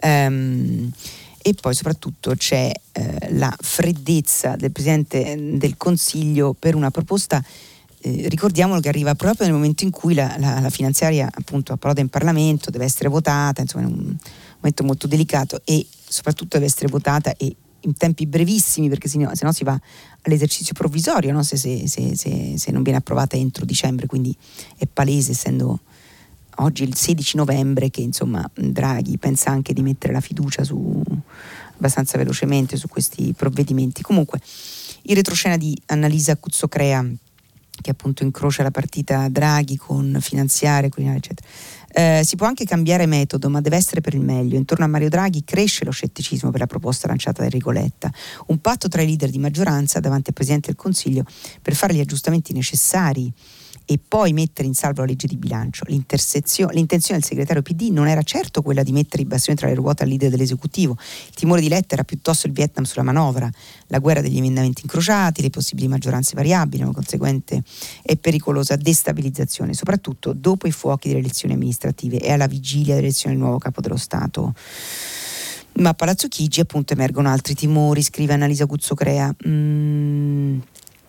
Ehm, E poi soprattutto c'è eh, la freddezza del Presidente del Consiglio per una proposta. Eh, ricordiamolo che arriva proprio nel momento in cui la, la, la finanziaria appunto approda in Parlamento, deve essere votata, insomma è un momento molto delicato e soprattutto deve essere votata e in tempi brevissimi, perché se no, se no si va all'esercizio provvisorio, no? se, se, se, se, se non viene approvata entro dicembre, quindi è palese, essendo oggi il sedici novembre, che insomma Draghi pensa anche di mettere la fiducia su abbastanza velocemente su questi provvedimenti. Comunque il retroscena di Annalisa Cuzzocrea, che appunto incrocia la partita Draghi con finanziarie, Quirinale, eccetera. Eh, si può anche cambiare metodo, ma deve essere per il meglio. Intorno a Mario Draghi cresce lo scetticismo per la proposta lanciata da Enrico Letta. Un patto tra i leader di maggioranza davanti al Presidente del Consiglio per fare gli aggiustamenti necessari e poi mettere in salvo la legge di bilancio. L'intenzione del segretario P D non era certo quella di mettere i bastoni tra le ruote al leader dell'esecutivo. Il timore di Letta era piuttosto il Vietnam sulla manovra, la guerra degli emendamenti incrociati, le possibili maggioranze variabili, una conseguente e pericolosa destabilizzazione, soprattutto dopo i fuochi delle elezioni amministrative e alla vigilia dell'elezione del nuovo capo dello Stato. Ma a Palazzo Chigi appunto emergono altri timori, scrive Annalisa Guzzocrea. Mm.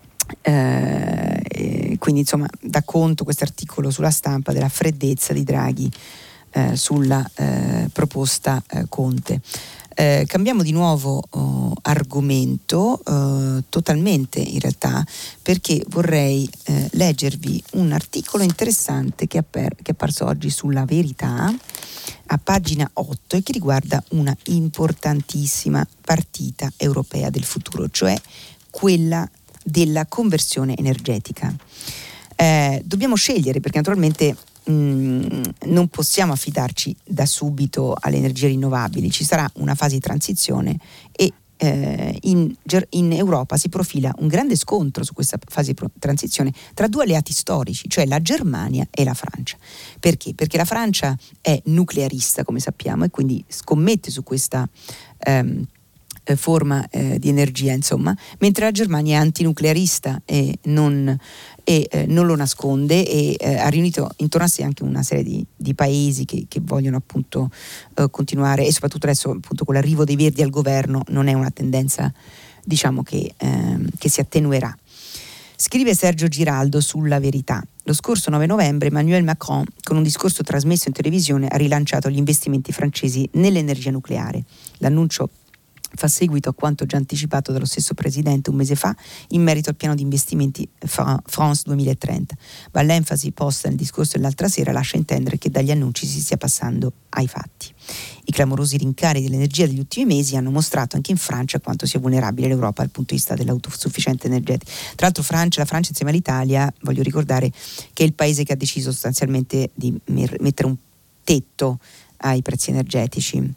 Eh, quindi insomma dà conto questo articolo sulla Stampa della freddezza di Draghi eh, sulla eh, proposta eh, Conte. Eh, cambiamo di nuovo oh, argomento eh, totalmente in realtà, perché vorrei eh, leggervi un articolo interessante che è, apper- che è apparso oggi sulla Verità a pagina otto e che riguarda una importantissima partita europea del futuro, cioè quella della conversione energetica. Eh, dobbiamo scegliere, perché naturalmente mh, non possiamo affidarci da subito alle energie rinnovabili, ci sarà una fase di transizione e eh, in, in Europa si profila un grande scontro su questa fase di transizione tra due alleati storici, cioè la Germania e la Francia. Perché? Perché la Francia è nuclearista, come sappiamo, e quindi scommette su questa ehm, forma eh, di energia, insomma, mentre la Germania è antinuclearista e non, e, eh, non lo nasconde e eh, ha riunito intorno a sé anche una serie di, di paesi che, che vogliono appunto eh, continuare, e soprattutto adesso appunto con l'arrivo dei Verdi al governo non è una tendenza, diciamo, che, eh, che si attenuerà. Scrive Sergio Giraldo sulla Verità: lo scorso nove novembre Emmanuel Macron, con un discorso trasmesso in televisione, ha rilanciato gli investimenti francesi nell'energia nucleare. L'annuncio fa seguito a quanto già anticipato dallo stesso Presidente un mese fa in merito al piano di investimenti France duemilatrenta, ma l'enfasi posta nel discorso dell'altra sera lascia intendere che dagli annunci si stia passando ai fatti. I clamorosi rincari dell'energia degli ultimi mesi hanno mostrato anche in Francia quanto sia vulnerabile l'Europa dal punto di vista dell'autosufficienza energetica. Tra l'altro Francia, la Francia insieme all'Italia, voglio ricordare che è il paese che ha deciso sostanzialmente di mettere un tetto ai prezzi energetici.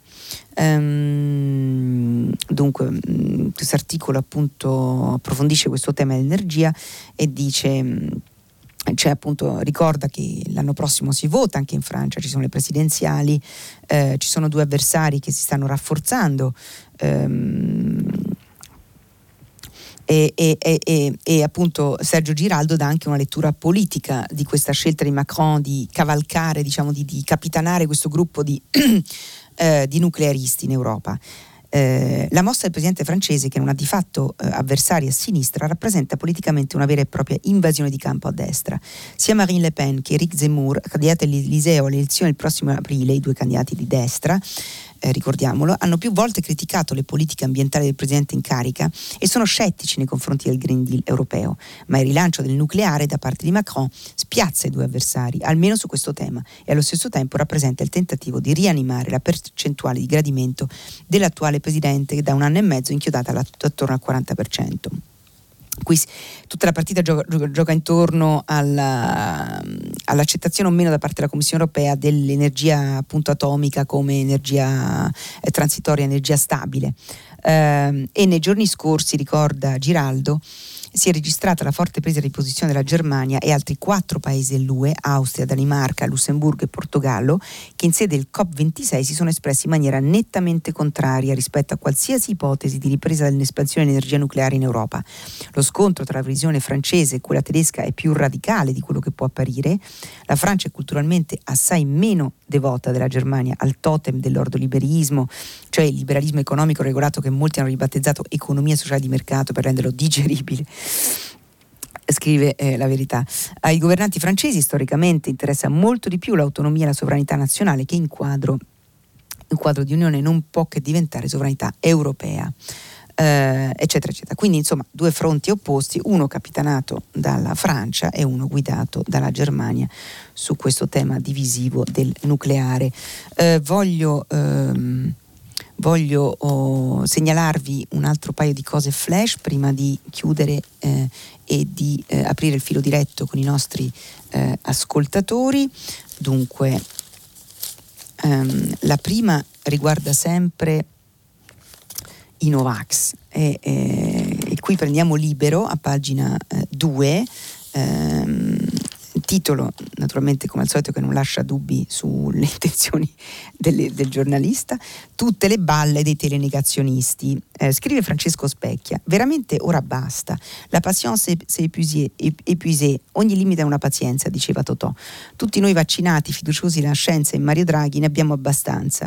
Um, dunque questo articolo appunto approfondisce questo tema dell'energia e dice, cioè appunto ricorda che l'anno prossimo si vota anche in Francia, ci sono le presidenziali, eh, ci sono due avversari che si stanno rafforzando, um, E, e, e, e appunto Sergio Giraldo dà anche una lettura politica di questa scelta di Macron di cavalcare, diciamo di, di capitanare questo gruppo di, eh, di nuclearisti in Europa. Eh, la mossa del presidente francese, che non ha di fatto eh, avversari a sinistra, rappresenta politicamente una vera e propria invasione di campo a destra. Sia Marine Le Pen che Éric Zemmour, candidati all'Eliseo alle elezioni il prossimo aprile, i due candidati di destra, Eh, ricordiamolo, hanno più volte criticato le politiche ambientali del presidente in carica e sono scettici nei confronti del Green Deal europeo, ma il rilancio del nucleare da parte di Macron spiazza i due avversari, almeno su questo tema, e allo stesso tempo rappresenta il tentativo di rianimare la percentuale di gradimento dell'attuale presidente, che da un anno e mezzo è inchiodata attorno al quaranta per cento. Qui tutta la partita gioca, gioca intorno alla, all'accettazione o meno da parte della Commissione europea dell'energia appunto atomica come energia eh, transitoria, energia stabile. Eh, e nei giorni scorsi, ricorda Giraldo, si è registrata la forte presa di posizione della Germania e altri quattro paesi dell'U E, Austria, Danimarca, Lussemburgo e Portogallo, che in sede del COP ventisei si sono espressi in maniera nettamente contraria rispetto a qualsiasi ipotesi di ripresa dell'espansione dell'energia nucleare in Europa. Lo scontro tra la visione francese e quella tedesca è più radicale di quello che può apparire. La Francia è culturalmente assai meno devota della Germania al totem dell'ordoliberismo, cioè il liberalismo economico regolato che molti hanno ribattezzato economia sociale di mercato per renderlo digeribile. Scrive eh, la Verità. Ai governanti francesi storicamente interessa molto di più l'autonomia e la sovranità nazionale, che in quadro, in quadro di unione non può che diventare sovranità europea, eh, eccetera eccetera. Quindi insomma due fronti opposti, uno capitanato dalla Francia e uno guidato dalla Germania su questo tema divisivo del nucleare. Eh, voglio ehm, Voglio oh, segnalarvi un altro paio di cose flash prima di chiudere eh, e di eh, aprire il filo diretto con i nostri eh, ascoltatori. Dunque, Um, la prima riguarda sempre i Novax e, e, e qui prendiamo Libero a pagina due, ehm, titolo naturalmente come al solito che non lascia dubbi sulle intenzioni delle, del giornalista: tutte le balle dei telenegazionisti. Eh, scrive Francesco Specchia: veramente ora basta, la patience c'est épuisée, épuisée, ogni limite è una pazienza, diceva Totò. Tutti noi vaccinati, fiduciosi nella scienza e in Mario Draghi ne abbiamo abbastanza.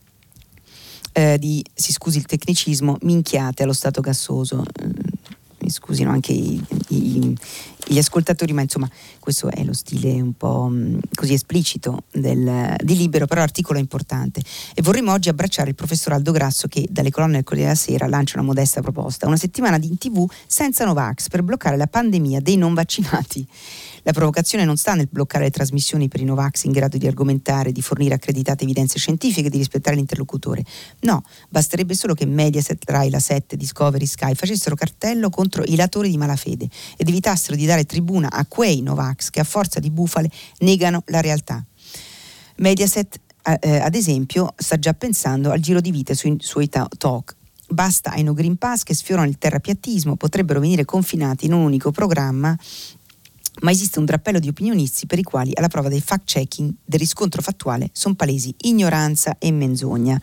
Eh, di, si scusi il tecnicismo, minchiate allo stato gassoso. Eh, mi scusino anche i, i, gli ascoltatori, ma insomma questo è lo stile un po' mh, così esplicito del, di Libero, però l'articolo è importante. E vorremmo oggi abbracciare il professor Aldo Grasso, che dalle colonne del Corriere della Sera lancia una modesta proposta: una settimana di in tv senza Novax per bloccare la pandemia dei non vaccinati. La provocazione non sta nel bloccare le trasmissioni per i Novax in grado di argomentare, di fornire accreditate evidenze scientifiche, di rispettare l'interlocutore. No, basterebbe solo che Mediaset, Rai, La sette, Discovery, Sky facessero cartello contro i latori di malafede ed evitassero di dare tribuna a quei Novax che a forza di bufale negano la realtà. Mediaset, eh, ad esempio, sta già pensando al giro di vite sui suoi talk. Basta ai no Green Pass che sfiorano il terrapiattismo, potrebbero venire confinati in un unico programma. Ma esiste un drappello di opinionisti per i quali alla prova del fact-checking, del riscontro fattuale, sono palesi ignoranza e menzogna.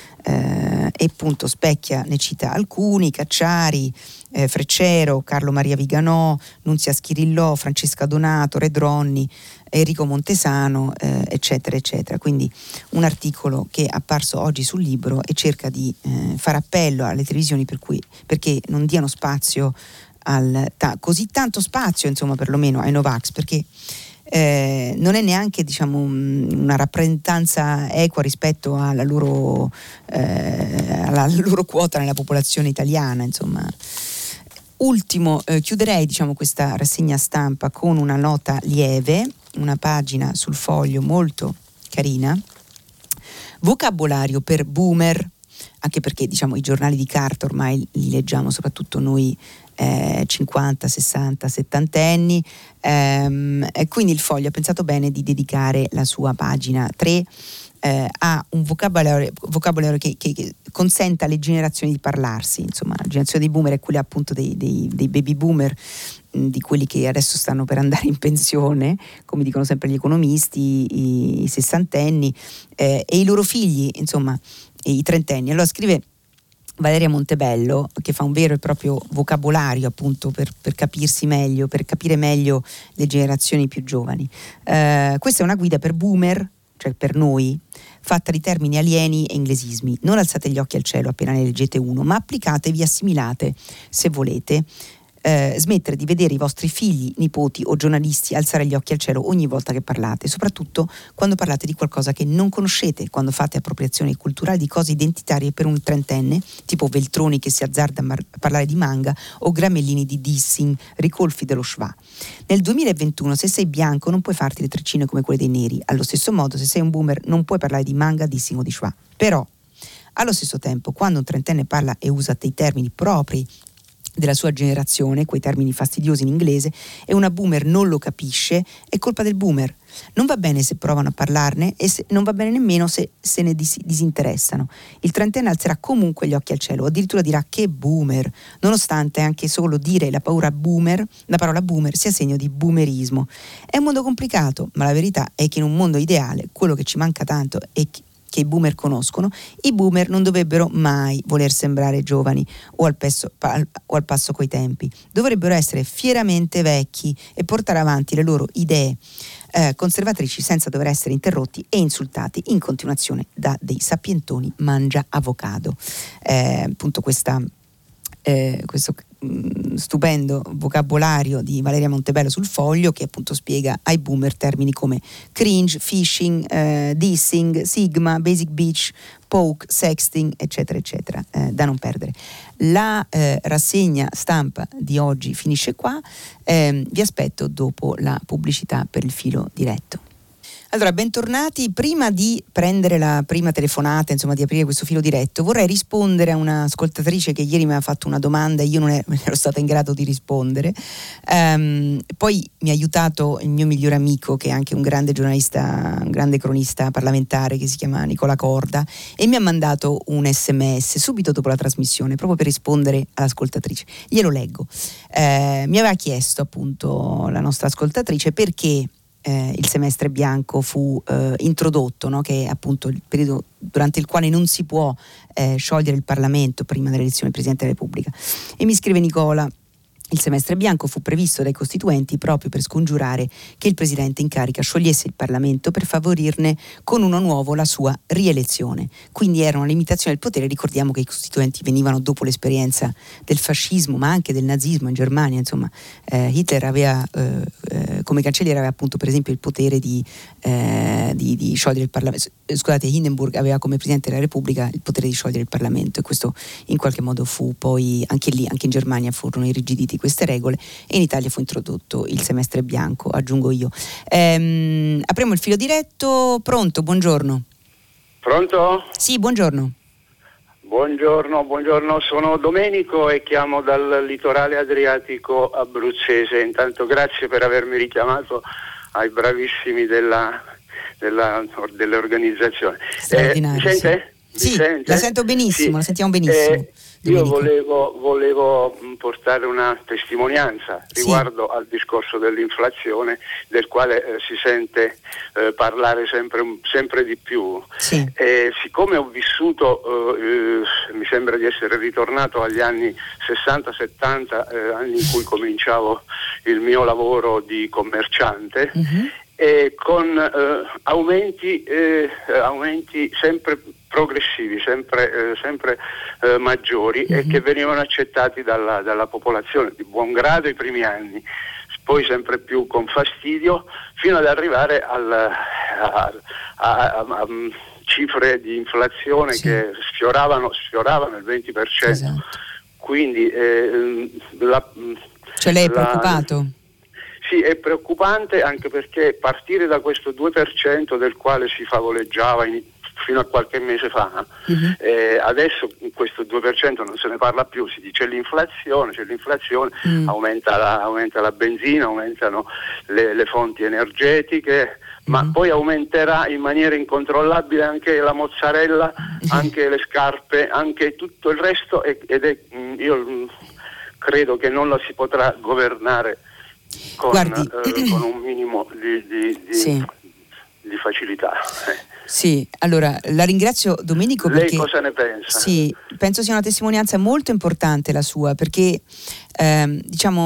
Eh, e appunto Specchia ne cita alcuni: Cacciari, eh, Freccero, Carlo Maria Viganò, Nunzia Schirillò, Francesca Donato, Redronni, Enrico Montesano, eh, eccetera eccetera. Quindi un articolo che è apparso oggi sul Libro e cerca di eh, fare appello alle televisioni per cui, perché non diano spazio al ta- così tanto spazio, insomma, perlomeno ai Novax, perché eh, non è neanche, diciamo, una rappresentanza equa rispetto alla loro, eh, alla loro quota nella popolazione italiana, insomma. Ultimo, eh, chiuderei, diciamo, questa rassegna stampa con una nota lieve, una pagina sul Foglio molto carina: vocabolario per boomer, anche perché, diciamo, i giornali di carta ormai li leggiamo soprattutto noi eh, cinquanta, sessanta, settantenni, ehm, e quindi il Foglio ha pensato bene di dedicare la sua pagina tre eh, a un vocabolario, vocabolario che, che, che consenta alle generazioni di parlarsi. Insomma, la generazione dei boomer è quella appunto dei, dei, dei baby boomer, mh, di quelli che adesso stanno per andare in pensione, come dicono sempre gli economisti, i, i sessantenni eh, e i loro figli, insomma, e i trentenni. Allora scrive Valeria Montebello, che fa un vero e proprio vocabolario appunto per, per capirsi meglio, per capire meglio le generazioni più giovani. Eh, questa è una guida per boomer, cioè per noi, fatta di termini alieni e inglesismi. Non alzate gli occhi al cielo appena ne leggete uno, ma applicatevi, assimilate, se volete. Eh, smettere di vedere i vostri figli, nipoti o giornalisti alzare gli occhi al cielo ogni volta che parlate, soprattutto quando parlate di qualcosa che non conoscete, quando fate appropriazioni culturali di cose identitarie per un trentenne, tipo Veltroni che si azzarda a, mar- a parlare di manga o Gramellini di dissing, ricolfi dello schwa. Nel duemilaventuno, se sei bianco non puoi farti le treccine come quelle dei neri. Allo stesso modo, se sei un boomer non puoi parlare di manga, dissing o di schwa. Però, allo stesso tempo, quando un trentenne parla e usa dei termini propri della sua generazione, quei termini fastidiosi in inglese, e una boomer non lo capisce, è colpa del boomer. Non va bene se provano a parlarne e se, non va bene nemmeno se se ne dis- disinteressano. Il trentenne alzerà comunque gli occhi al cielo, addirittura dirà che boomer, nonostante anche solo dire la parola boomer, la parola boomer sia segno di boomerismo. È un mondo complicato, ma la verità è che in un mondo ideale quello che ci manca tanto è che che i boomer conoscono, i boomer non dovrebbero mai voler sembrare giovani o al, pesso, pa, o al passo coi tempi. Dovrebbero essere fieramente vecchi e portare avanti le loro idee eh, conservatrici senza dover essere interrotti e insultati in continuazione da dei sapientoni mangia avocado. Eh, appunto questa Eh, questo mh, stupendo vocabolario di Valeria Montebello sul Foglio, che appunto spiega ai boomer termini come cringe, phishing, eh, dissing, sigma, basic bitch, poke, sexting, eccetera eccetera, eh, da non perdere. La eh, rassegna stampa di oggi finisce qua, eh, vi aspetto dopo la pubblicità per il filo diretto. Allora, bentornati. Prima di prendere la prima telefonata, insomma di aprire questo filo diretto, vorrei rispondere a un'ascoltatrice che ieri mi ha fatto una domanda e io non ero stata in grado di rispondere. Um, poi mi ha aiutato il mio migliore amico, che è anche un grande giornalista, un grande cronista parlamentare, che si chiama Nicola Corda, e mi ha mandato un sms subito dopo la trasmissione, proprio per rispondere all'ascoltatrice. Glielo leggo. Eh, mi aveva chiesto appunto la nostra ascoltatrice perché Eh, il semestre bianco fu eh, introdotto, no? Che è appunto il periodo durante il quale non si può eh, sciogliere il Parlamento prima dell'elezione del Presidente della Repubblica. E mi scrive Nicola: il semestre bianco fu previsto dai Costituenti proprio per scongiurare che il Presidente in carica sciogliesse il Parlamento per favorirne con uno nuovo la sua rielezione. Quindi era una limitazione del potere. Ricordiamo che i Costituenti venivano dopo l'esperienza del fascismo, ma anche del nazismo in Germania. Insomma, eh, Hitler aveva eh, eh, come cancelliere aveva appunto per esempio il potere di, eh, di, di sciogliere il Parlamento. Scusate, Hindenburg aveva come Presidente della Repubblica il potere di sciogliere il Parlamento, e questo in qualche modo fu poi anche lì, anche in Germania furono irrigiditi queste regole, e in Italia fu introdotto il semestre bianco, aggiungo io. Ehm, apriamo il filo diretto. Pronto? Buongiorno. Pronto? Sì, buongiorno. Buongiorno, buongiorno, sono Domenico e chiamo dal litorale adriatico abruzzese. Intanto grazie per avermi richiamato ai bravissimi della, della, dell'organizzazione. Eh, mi sente? Sì, mi sente? la sento benissimo, sì. la sentiamo benissimo. Eh, io volevo, volevo portare una testimonianza riguardo sì. al discorso dell'inflazione, del quale eh, si sente eh, parlare sempre, sempre di più. Sì. Eh, siccome ho vissuto, eh, mi sembra di essere ritornato agli anni sessanta settanta, eh, anni in cui cominciavo il mio lavoro di commerciante, uh-huh. e con eh, aumenti, eh, aumenti sempre progressivi, sempre, eh, sempre eh, maggiori, mm-hmm. e che venivano accettati dalla, dalla popolazione di buon grado i primi anni, poi sempre più con fastidio, fino ad arrivare al, a, a, a, a cifre di inflazione sì. che sfioravano, sfioravano il venti per cento. Esatto. Quindi eh, la, cioè lei è la, preoccupato? Sì, è preoccupante, anche perché partire da questo due per cento del quale si favoleggiava in, fino a qualche mese fa, uh-huh. eh, adesso questo due per cento non se ne parla più, si dice l'inflazione, c'è l'inflazione, mm. aumenta, la, aumenta la benzina, aumentano le, le fonti energetiche, ma mm. poi aumenterà in maniera incontrollabile anche la mozzarella, mm. anche le scarpe, anche tutto il resto, ed è, io credo che non la si potrà governare con, eh, con un minimo di, di, di, sì. di facilità. Eh. Sì, allora la ringrazio Domenico. Lei perché, cosa ne pensa? Sì, penso sia una testimonianza molto importante la sua, perché ehm, diciamo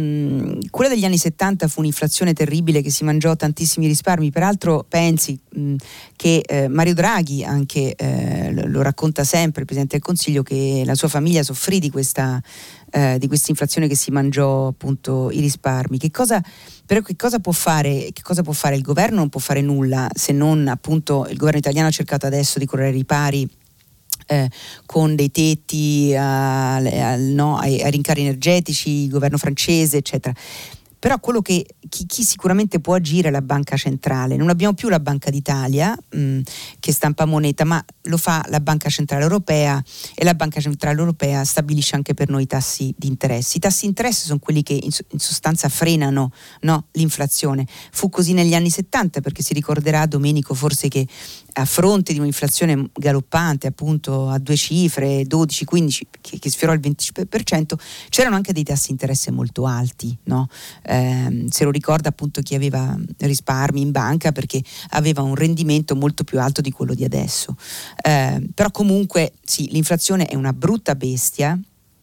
mh, quella degli anni settanta fu un'inflazione terribile che si mangiò tantissimi risparmi. Peraltro pensi mh, che eh, Mario Draghi anche eh, lo, lo racconta sempre, il Presidente del Consiglio, che la sua famiglia soffrì di questa eh, di questa inflazione che si mangiò appunto i risparmi. Che cosa Però che cosa può fare, che cosa può fare il governo? Non può fare nulla, se non appunto il governo italiano ha cercato adesso di correre ai ripari eh, con dei tetti a, a, no, ai, ai rincari energetici, il governo francese eccetera. Però quello che chi, chi sicuramente può agire è la Banca Centrale. Non abbiamo più la Banca d'Italia mh, che stampa moneta, ma lo fa la Banca Centrale Europea, e la Banca Centrale Europea stabilisce anche per noi i tassi di interesse. I tassi di interesse sono quelli che in, in sostanza frenano, no, l'inflazione. Fu così negli anni settanta, perché si ricorderà Domenico forse che a fronte di un'inflazione galoppante appunto a due cifre, dodici quindici, che, che sfiorò il venti per cento, c'erano anche dei tassi di interesse molto alti, no? Eh, se lo ricorda appunto chi aveva risparmi in banca, perché aveva un rendimento molto più alto di quello di adesso. Eh, però comunque sì, l'inflazione è una brutta bestia,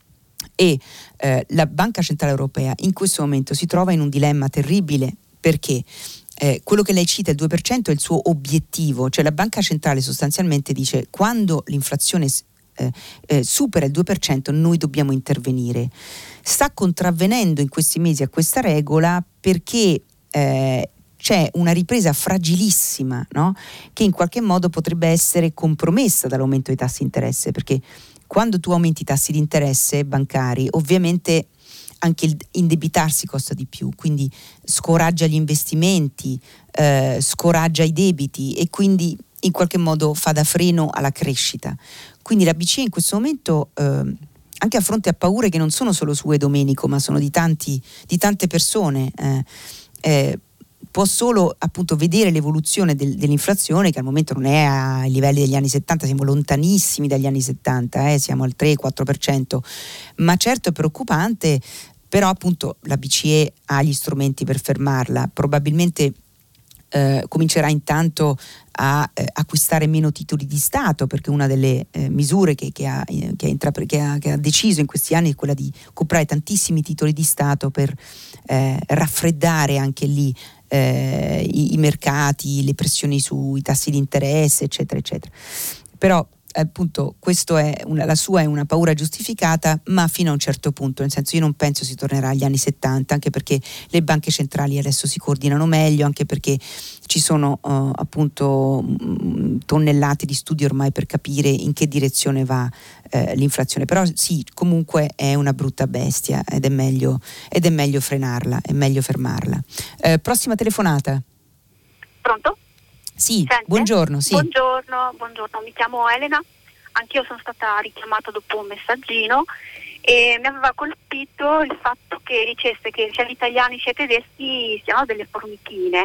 e eh, la Banca Centrale Europea in questo momento si trova in un dilemma terribile, perché Eh, quello che lei cita, il due per cento, è il suo obiettivo, cioè la Banca Centrale sostanzialmente dice: quando l'inflazione eh, eh, supera il due per cento noi dobbiamo intervenire. Sta contravvenendo in questi mesi a questa regola, perché eh, c'è una ripresa fragilissima, no? Che in qualche modo potrebbe essere compromessa dall'aumento dei tassi di interesse, perché quando tu aumenti i tassi di interesse bancari ovviamente anche il indebitarsi costa di più, quindi scoraggia gli investimenti, eh, scoraggia i debiti e quindi in qualche modo fa da freno alla crescita. Quindi la B C E in questo momento, eh, anche a fronte a paure che non sono solo sue, Domenico, ma sono di tanti, di tante persone, eh, eh, può solo appunto vedere l'evoluzione del, dell'inflazione, che al momento non è ai livelli degli anni settanta, siamo lontanissimi dagli anni settanta, eh, siamo al tre quattro per cento, ma certo è preoccupante, però appunto la B C E ha gli strumenti per fermarla, probabilmente eh, comincerà intanto a eh, acquistare meno titoli di Stato, perché una delle eh, misure che, che, ha, che, ha intrapre- che, ha, che ha deciso in questi anni è quella di comprare tantissimi titoli di Stato per eh, raffreddare anche lì eh, i, i mercati, le pressioni sui tassi di interesse, eccetera, eccetera. Però appunto questo è una, la sua è una paura giustificata, ma fino a un certo punto, nel senso, io non penso si tornerà agli anni settanta, anche perché le banche centrali adesso si coordinano meglio, anche perché ci sono uh, appunto mh, tonnellate di studi ormai per capire in che direzione va uh, l'inflazione. Però sì, comunque è una brutta bestia ed è meglio, ed è meglio frenarla, è meglio fermarla. Uh, prossima telefonata. Pronto? Sì, Sente? buongiorno, sì. Buongiorno, buongiorno, mi chiamo Elena, anch'io sono stata richiamata dopo un messaggino e mi aveva colpito il fatto che dicesse che sia gli italiani sia i tedeschi siano delle formichine.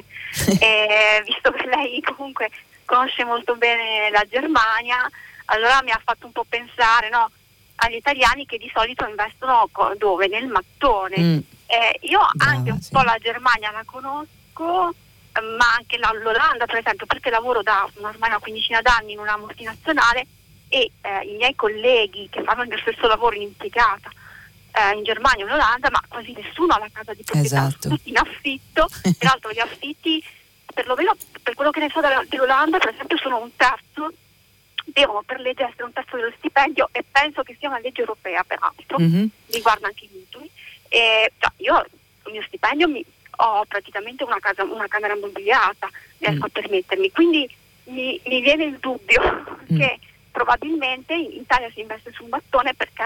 E, visto che lei comunque conosce molto bene la Germania, allora mi ha fatto un po' pensare, no, agli italiani che di solito investono dove? Nel mattone. Mm. Eh, io Brava, anche un sì. po' la Germania la conosco, ma anche l'Olanda per esempio, perché lavoro da ormai una quindicina d'anni in una multinazionale e eh, i miei colleghi che fanno il stesso lavoro in impiegata eh, in Germania o in Olanda, ma quasi nessuno ha la casa di proprietà, esatto. tutti in affitto. Peraltro gli affitti, perlomeno per quello che ne so dell'Olanda, per esempio sono un terzo, devono per legge essere un terzo dello stipendio, e penso che sia una legge europea peraltro, mm-hmm. riguarda anche i mutui. E, cioè, io il mio stipendio mi ho praticamente una casa, una camera mobiliata, riesco mm. a permettermi, quindi mi, mi viene il dubbio mm. che probabilmente in Italia si investe sul mattone perché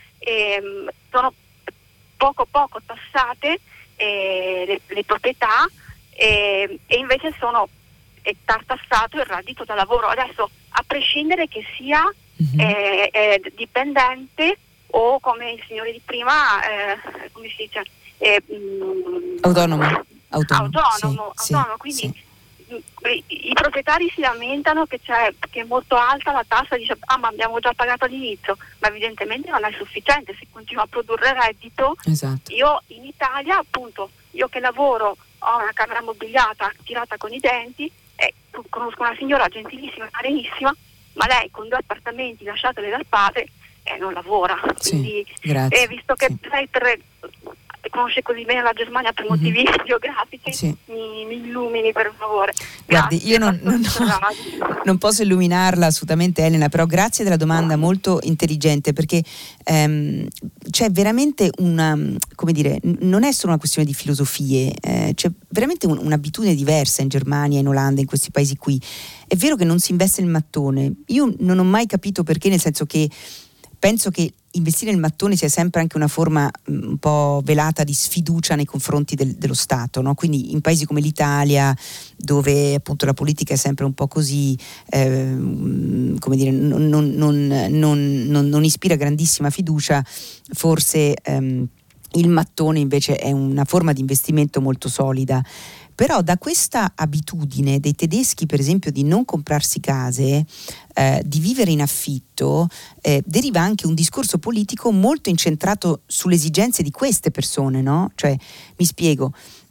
ehm, sono poco poco tassate eh, le, le proprietà eh, e invece sono è tassato il reddito da lavoro. Adesso, a prescindere che sia mm-hmm. eh, eh, dipendente o come il signore di prima, eh, come si dice? Eh, mh, autonomo autonomo, autonomo, sì, autonomo sì, quindi sì. I, i proprietari si lamentano che c'è che è molto alta la tassa, dice ah ma abbiamo già pagato all'inizio, ma evidentemente non è sufficiente se continua a produrre reddito. Esatto. Io in Italia, appunto, io che lavoro ho una camera mobiliata tirata con i denti e conosco una signora gentilissima, carinissima, ma lei con due appartamenti lasciatele dal padre e non lavora, quindi sì, grazie. E visto che sì. lei per conosce così bene la Germania per motivi mm-hmm. geografici, sì. mi, mi illumini per favore. Guardi, grazie, io non, non, non posso illuminarla assolutamente, Elena, però grazie della domanda molto intelligente, perché ehm, c'è veramente una, come dire, non è solo una questione di filosofie, eh, c'è veramente un, un'abitudine diversa in Germania, in Olanda, in questi paesi qui. È vero che non si investe il mattone, io non ho mai capito perché, nel senso che penso che investire nel mattone sia sempre anche una forma mh, un po' velata di sfiducia nei confronti del, dello Stato, no? Quindi in paesi come l'Italia, dove appunto la politica è sempre un po' così, eh, come dire, non, non, non, non, non ispira grandissima fiducia, forse ehm, il mattone invece è una forma di investimento molto solida. Però da questa abitudine dei tedeschi, per esempio, di non comprarsi case, eh, di vivere in affitto, eh, deriva anche un discorso politico molto incentrato sulle esigenze di queste persone, no? Cioè, mi spiego,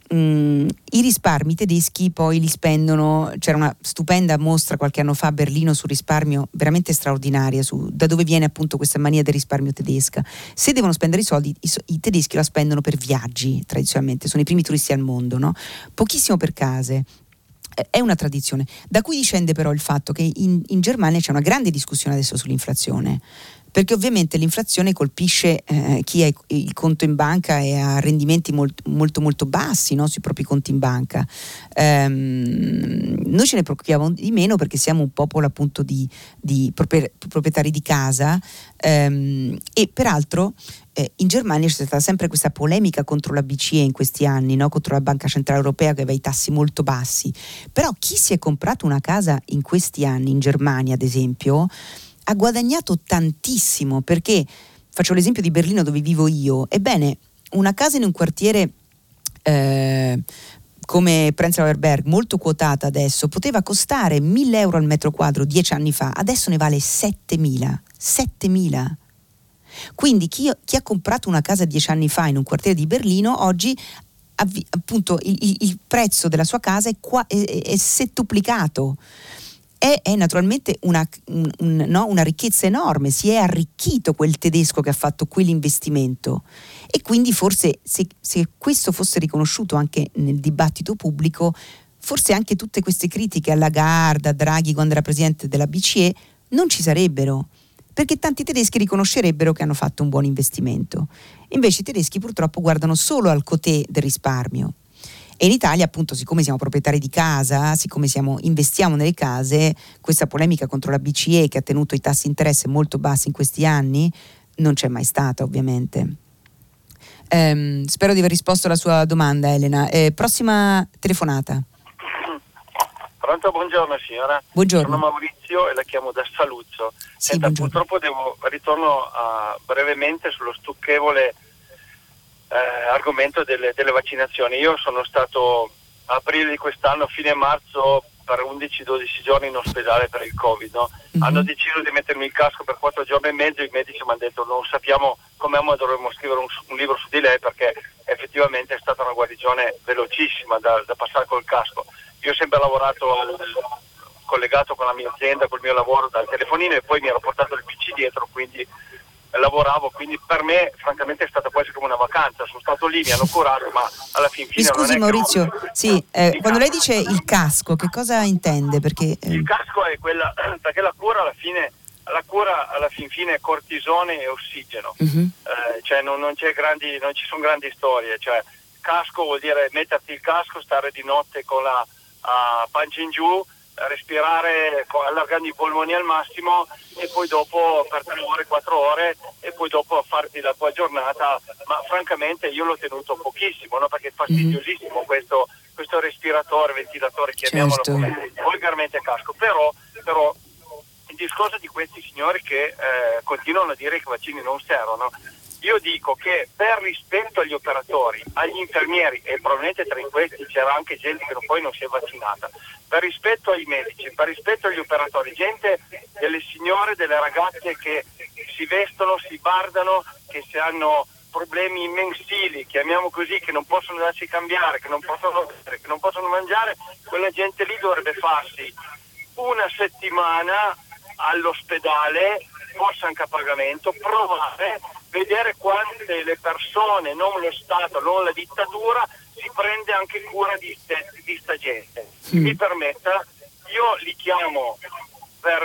mh, i risparmi tedeschi poi li spendono, c'era una stupenda mostra qualche anno fa a Berlino sul risparmio veramente straordinaria, su, da dove viene appunto questa mania del risparmio tedesca. Se devono spendere i soldi, i, i tedeschi la spendono per viaggi, tradizionalmente, sono i primi turisti al mondo, no? Pochissimo per case. È una tradizione, da cui discende però il fatto che in, in Germania c'è una grande discussione adesso sull'inflazione, perché ovviamente l'inflazione colpisce eh, chi ha il conto in banca e ha rendimenti molto molto, molto bassi, no, sui propri conti in banca. Ehm, noi ce ne preoccupiamo di meno perché siamo un popolo appunto di, di proprietari di casa, ehm, e peraltro eh, in Germania c'è stata sempre questa polemica contro la B C E in questi anni, no? Contro la Banca Centrale Europea che aveva i tassi molto bassi, però chi si è comprato una casa in questi anni in Germania ad esempio ha guadagnato tantissimo, perché faccio l'esempio di Berlino dove vivo io. Ebbene, una casa in un quartiere eh, come Prenzlauer Berg, molto quotata adesso, poteva costare mille euro al metro quadro dieci anni fa, adesso ne vale settemila. settemila. Quindi chi, chi ha comprato una casa dieci anni fa in un quartiere di Berlino, oggi avvi, appunto il, il, il prezzo della sua casa è, qua, è, è settuplicato. È, è naturalmente una, un, un, no, una ricchezza enorme, si è arricchito quel tedesco che ha fatto quell'investimento, e quindi forse se, se questo fosse riconosciuto anche nel dibattito pubblico, forse anche tutte queste critiche alla Lagarde, a Draghi quando era presidente della B C E non ci sarebbero, perché tanti tedeschi riconoscerebbero che hanno fatto un buon investimento. Invece i tedeschi purtroppo guardano solo al côté del risparmio. E in Italia, appunto, siccome siamo proprietari di casa, siccome siamo, investiamo nelle case, questa polemica contro la B C E che ha tenuto i tassi di interesse molto bassi in questi anni non c'è mai stata, ovviamente. Ehm, spero di aver risposto alla sua domanda, Elena. Eh, prossima telefonata. Pronto, buongiorno signora. Buongiorno. Sono Maurizio e la chiamo da Saluzzo. Sì, Senta, purtroppo devo ritorno a, brevemente sullo stucchevole Eh, argomento delle, delle vaccinazioni. Io sono stato a aprile di quest'anno, fine marzo, per undici dodici giorni in ospedale per il Covid, no? Mm-hmm. Hanno deciso di mettermi il casco per quattro giorni e mezzo. I medici mi hanno detto non sappiamo come, ma dovremmo scrivere un, un libro su di lei, perché effettivamente è stata una guarigione velocissima da, da passare col casco. Io ho sempre lavorato al, collegato con la mia azienda, col mio lavoro dal telefonino, e poi mi ero portato il P C dietro, quindi lavoravo, quindi per me francamente è stata quasi come una vacanza. Sono stato lì, mi hanno curato, ma alla fin fine mi scusi non è Maurizio, che... sì, eh, quando lei dice il casco, che cosa intende? Perché eh... il casco è quella, perché la cura alla fine la cura alla fin fine è cortisone e ossigeno. Uh-huh. eh, cioè non, non c'è grandi non ci sono grandi storie, cioè casco vuol dire metterti il casco, stare di notte con la uh, pancia in giù, respirare allargando i polmoni al massimo, e poi dopo per tre ore, quattro ore, e poi dopo farti la tua giornata. Ma francamente io l'ho tenuto pochissimo, no? Perché è fastidiosissimo questo, questo respiratore, ventilatore, chiamiamolo certo. come volgarmente casco. Però, però il discorso di questi signori che eh, continuano a dire che i vaccini non servono, io dico che per rispetto agli operatori, agli infermieri, e probabilmente tra questi c'era anche gente che poi non si è vaccinata, per rispetto ai medici, per rispetto agli operatori, gente, delle signore, delle ragazze che si vestono, si bardano, che se hanno problemi mensili, chiamiamo così, che non possono darsi cambiare, che non possono, che non possono mangiare, quella gente lì dovrebbe farsi una settimana all'ospedale, forse anche a pagamento, provare, vedere quante le persone, non lo Stato, non la dittatura, si prende anche cura di, ste, di sta gente. Mm. Mi permetta, io li chiamo, per,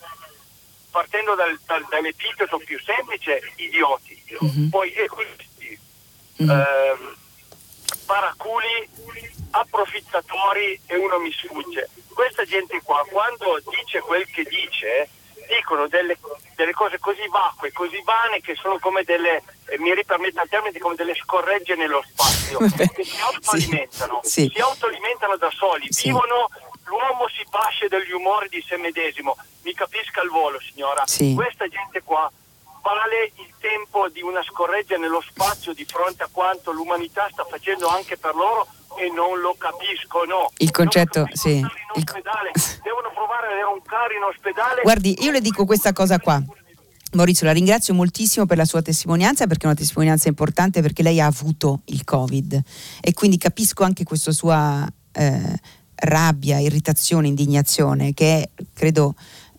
partendo dal, dal, dall'epiteto più semplice, idioti, mm-hmm. poi egoisti, mm-hmm. eh, paraculi, approfittatori, e uno mi sfugge. Questa gente qua, quando dice quel che dice, dicono delle, delle cose così vacue, così vane, che sono come delle, eh, mi ripermetta il termine, come delle scorregge nello spazio, che si autoalimentano, sì, sì. si autoalimentano da soli, sì. Vivono, l'uomo si pasce degli umori di se medesimo, mi capisca al volo signora, sì. Questa gente qua vale il tempo di una scorreggia nello spazio di fronte a quanto l'umanità sta facendo anche per loro, e non lo capiscono. Il concetto, sì. In il... Devono provare ad avere un caro in ospedale. Guardi, io le dico questa cosa qua. Maurizio, la ringrazio moltissimo per la sua testimonianza, perché è una testimonianza importante, perché lei ha avuto il Covid e quindi capisco anche questa sua eh, rabbia, irritazione, indignazione, che è, credo,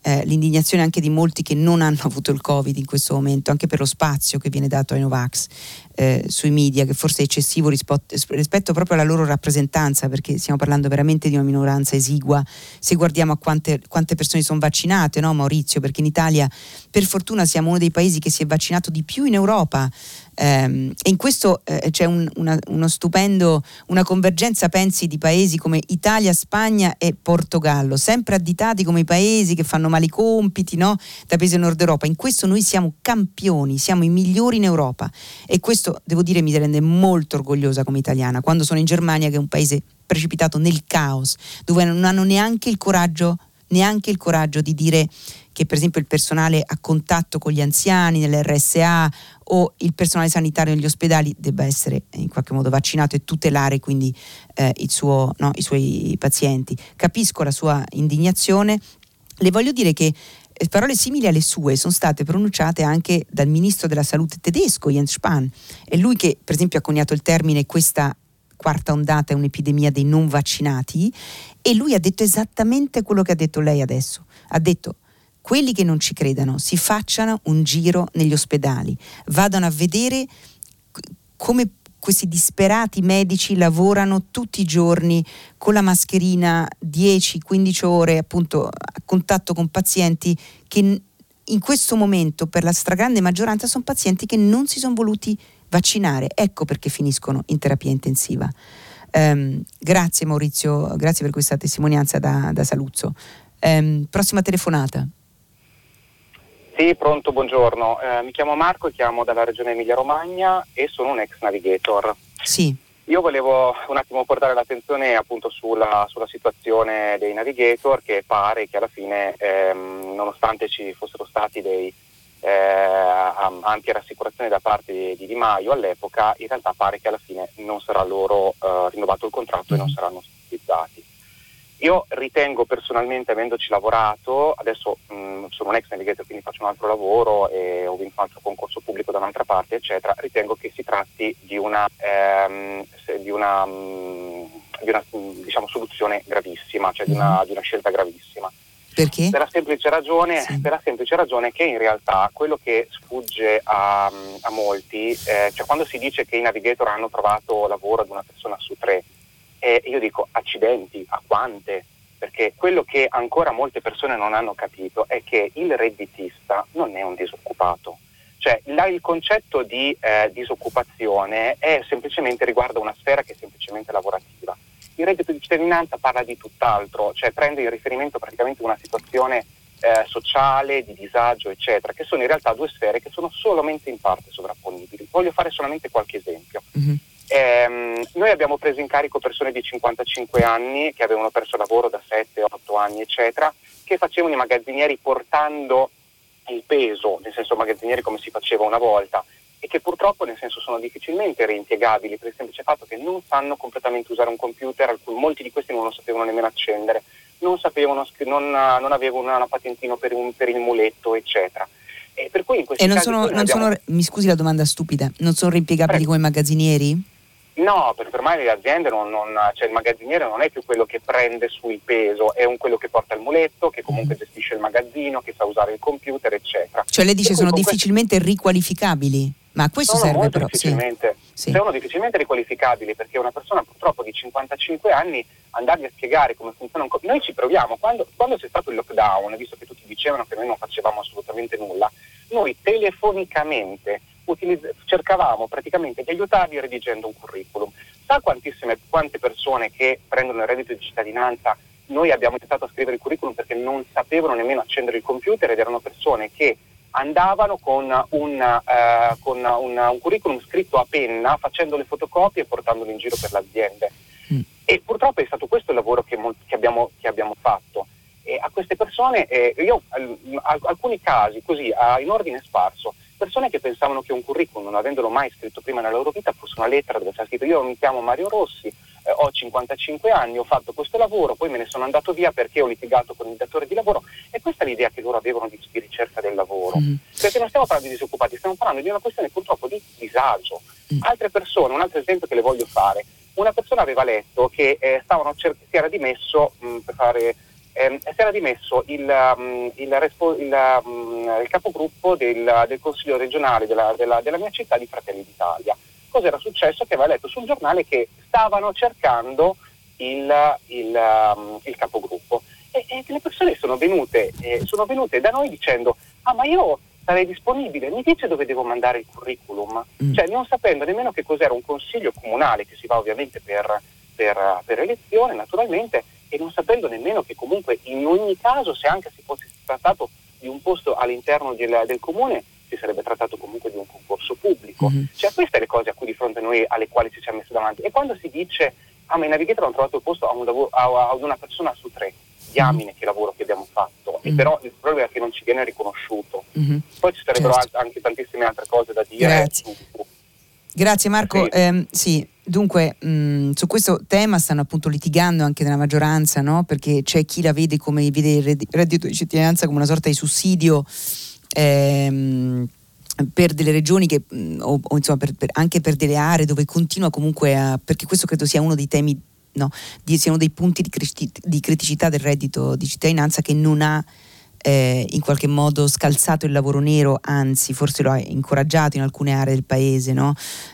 eh, l'indignazione anche di molti che non hanno avuto il Covid in questo momento, anche per lo spazio che viene dato ai Novax eh, sui media, che forse è eccessivo rispetto, rispetto proprio alla loro rappresentanza, perché stiamo parlando veramente di una minoranza esigua se guardiamo a quante, quante persone sono vaccinate, no Maurizio? Perché in Italia per fortuna siamo uno dei paesi che si è vaccinato di più in Europa. Um, e in questo eh, c'è un, una, uno stupendo, una convergenza, pensi, di paesi come Italia, Spagna e Portogallo, sempre additati come i paesi che fanno male i compiti, no? Da paesi del Nord Europa. In questo noi siamo campioni, siamo i migliori in Europa, e questo devo dire mi rende molto orgogliosa come italiana, quando sono in Germania, che è un paese precipitato nel caos, dove non hanno neanche il coraggio neanche il coraggio di dire che per esempio il personale a contatto con gli anziani nell'erre esse a o il personale sanitario negli ospedali debba essere in qualche modo vaccinato e tutelare quindi eh, il suo, no, i suoi pazienti. Capisco la sua indignazione. Le voglio dire che parole simili alle sue sono state pronunciate anche dal ministro della salute tedesco Jens Spahn. È lui che per esempio ha coniato il termine "questa quarta ondata è un'epidemia dei non vaccinati", e lui ha detto esattamente quello che ha detto lei adesso. Ha detto: quelli che non ci credano si facciano un giro negli ospedali, vadano a vedere come questi disperati medici lavorano tutti i giorni con la mascherina dieci quindici ore appunto a contatto con pazienti che in questo momento per la stragrande maggioranza sono pazienti che non si sono voluti vaccinare. Ecco perché finiscono in terapia intensiva. Um, grazie Maurizio, grazie per questa testimonianza da, da Saluzzo. Um, prossima telefonata. Sì, pronto, buongiorno. Eh, mi chiamo Marco e chiamo dalla regione Emilia-Romagna e sono un ex navigator. Sì. Io volevo un attimo portare l'attenzione appunto sulla, sulla situazione dei navigator, che pare che alla fine, ehm, nonostante ci fossero stati dei eh, ampie rassicurazioni da parte di, di Di Maio all'epoca, in realtà pare che alla fine non sarà loro eh, rinnovato il contratto mm. e non saranno utilizzati. Io ritengo personalmente, avendoci lavorato, adesso mh, sono un ex navigator, quindi faccio un altro lavoro e ho vinto un altro concorso pubblico da un'altra parte, eccetera, ritengo che si tratti di una, ehm, di una, mh, di una diciamo, soluzione gravissima, cioè di una, di una scelta gravissima. Perché? Per la semplice ragione, sì. per la semplice ragione che in realtà quello che sfugge a, a molti, eh, cioè quando si dice che i navigator hanno trovato lavoro ad una persona su tre, e io dico accidenti, a quante? Perché quello che ancora molte persone non hanno capito è che il redditista non è un disoccupato. Cioè la, il concetto di eh, disoccupazione è semplicemente riguarda una sfera che è semplicemente lavorativa. Il reddito di cittadinanza parla di tutt'altro, cioè prende in riferimento praticamente una situazione eh, sociale, di disagio, eccetera, che sono in realtà due sfere che sono solamente in parte sovrapponibili. Voglio fare solamente qualche esempio. Mm-hmm. Eh, noi abbiamo preso in carico persone di cinquantacinque anni che avevano perso lavoro da sette otto anni, eccetera, che facevano i magazzinieri portando il peso, nel senso magazzinieri come si faceva una volta, e che purtroppo nel senso sono difficilmente reimpiegabili per il semplice fatto che non sanno completamente usare un computer, alcuni, molti di questi non lo sapevano nemmeno accendere, non sapevano, non, non avevano una patentino per, un, per il muletto, eccetera. E per cui in questi e non casi sono, non abbiamo... sono, mi scusi la domanda stupida, non sono reimpiegabili Prego. come magazzinieri? No, perché ormai le aziende non, non, cioè il magazziniere non è più quello che prende su il peso, è un quello che porta il muletto, che comunque mm. gestisce il magazzino, che sa usare il computer, eccetera. Cioè lei dice sono difficilmente questi... riqualificabili? Ma a questo sono serve molto però difficilmente, sì. sono difficilmente riqualificabili, perché una persona purtroppo di cinquantacinque anni andargli a spiegare come funziona un computer. Noi ci proviamo, quando, quando c'è stato il lockdown, visto che tutti dicevano che noi non facevamo assolutamente nulla, noi telefonicamente utilizz- cercavamo praticamente di aiutarli redigendo un curriculum. Sa quantissime, quante persone che prendono il reddito di cittadinanza noi abbiamo iniziato a scrivere il curriculum perché non sapevano nemmeno accendere il computer, ed erano persone che andavano con, un, uh, con una, un curriculum scritto a penna, facendo le fotocopie e portandolo in giro per le aziende. Mm. E purtroppo è stato questo il lavoro che, mo- che, abbiamo, che abbiamo fatto. E a queste persone, eh, io in alcuni casi, così uh, in ordine sparso, persone che pensavano che un curriculum, non avendolo mai scritto prima nella loro vita, fosse una lettera dove c'è scritto: io mi chiamo Mario Rossi, eh, ho cinquantacinque anni, ho fatto questo lavoro, poi me ne sono andato via perché ho litigato con il datore di lavoro. E questa è l'idea che loro avevano di, di ricerca del lavoro. Mm. Perché non stiamo parlando di disoccupati, stiamo parlando di una questione purtroppo di disagio. Mm. Altre persone, un altro esempio che le voglio fare, una persona aveva letto che eh, stavano cer- si era dimesso mh, per fare ehm, si era dimesso il, um, il, respo- il, um, il capogruppo del, del Consiglio regionale della, della, della mia città di Fratelli d'Italia. Cos'era successo? Che aveva letto sul giornale che stavano cercando il, il, um, il capogruppo e, e le persone sono venute, eh, sono venute da noi dicendo ah ma io sarei disponibile, mi dice dove devo mandare il curriculum, mm. cioè non sapendo nemmeno che cos'era un consiglio comunale, che si va ovviamente per, per, per elezione naturalmente, e non sapendo nemmeno che comunque in ogni caso, se anche si fosse trattato di un posto all'interno del, del comune, si sarebbe trattato comunque di un concorso pubblico. Mm-hmm. Cioè queste le cose a cui di fronte a noi, alle quali ci siamo messi davanti. E quando si dice ah ma i navigator hanno trovato il posto a, un lavoro, a, a una persona su tre, diamine mm-hmm. che lavoro che abbiamo fatto, mm-hmm. e però il problema è che non ci viene riconosciuto. Mm-hmm. Poi ci sarebbero certo. anche tantissime altre cose da dire. Grazie, Grazie Marco. Sì. Eh, sì. Dunque, mh, su questo tema stanno appunto litigando anche nella maggioranza, no? Perché c'è chi la vede come vede il reddito di cittadinanza come una sorta di sussidio ehm, per delle regioni che, o, o insomma per, per, anche per delle aree dove continua comunque a, perché questo credo sia uno dei temi, no, di, sia uno dei punti di, criti, di criticità del reddito di cittadinanza, che non ha Eh, in qualche modo scalzato il lavoro nero, anzi forse lo ha incoraggiato in alcune aree del paese, no?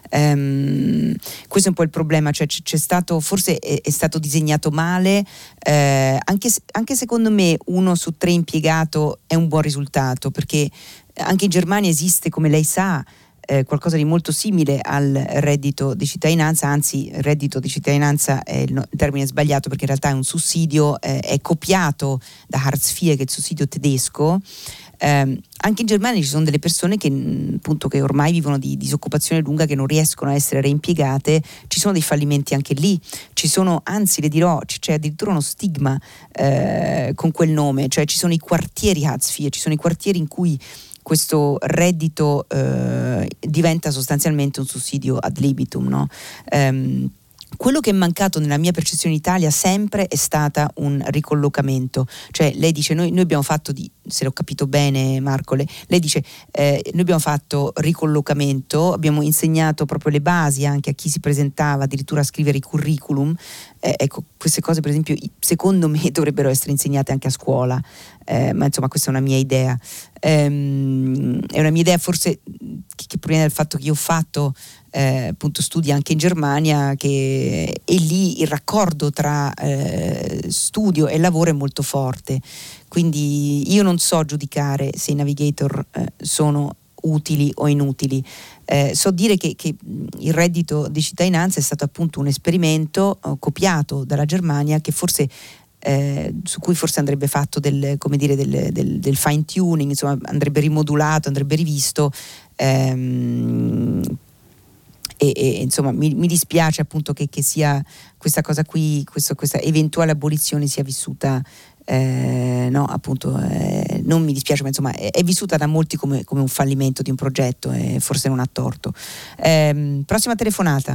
Ehm, questo è un po' il problema, cioè c- c'è stato, forse è, è stato disegnato male, eh, anche, anche secondo me uno su tre impiegato è un buon risultato, perché anche in Germania esiste, come lei sa, Eh, qualcosa di molto simile al reddito di cittadinanza, anzi il reddito di cittadinanza è il, no, il termine sbagliato, perché in realtà è un sussidio, eh, è copiato da Hartz vier, che è il sussidio tedesco. Eh, anche in Germania ci sono delle persone che appunto che ormai vivono di disoccupazione lunga, che non riescono a essere reimpiegate, ci sono dei fallimenti anche lì, ci sono, anzi le dirò, c'è addirittura uno stigma eh, con quel nome, cioè ci sono i quartieri Hartz vier, ci sono i quartieri in cui questo reddito eh, diventa sostanzialmente un sussidio ad libitum, no? Um, quello che è mancato nella mia percezione in Italia sempre è stata un ricollocamento, cioè lei dice noi, noi abbiamo fatto, di, se l'ho capito bene Marco, lei, lei dice eh, noi abbiamo fatto ricollocamento, abbiamo insegnato proprio le basi anche a chi si presentava addirittura a scrivere i curriculum, eh, ecco, queste cose per esempio secondo me dovrebbero essere insegnate anche a scuola, eh, ma insomma questa è una mia idea, ehm, è una mia idea forse che, che proviene dal fatto che io ho fatto Eh, appunto studi anche in Germania, che e lì il raccordo tra eh, studio e lavoro è molto forte, quindi io non so giudicare se i navigator eh, sono utili o inutili, eh, so dire che, che il reddito di cittadinanza è stato appunto un esperimento eh, copiato dalla Germania, che forse Eh, su cui forse andrebbe fatto del, come dire, del, del, del fine tuning, insomma andrebbe rimodulato, andrebbe rivisto, ehm, E, e insomma mi, mi dispiace appunto che, che sia questa cosa qui, questo, questa eventuale abolizione sia vissuta eh, no appunto eh, non mi dispiace, ma insomma è, è vissuta da molti come, come un fallimento di un progetto, e forse non ha torto. Eh, prossima telefonata.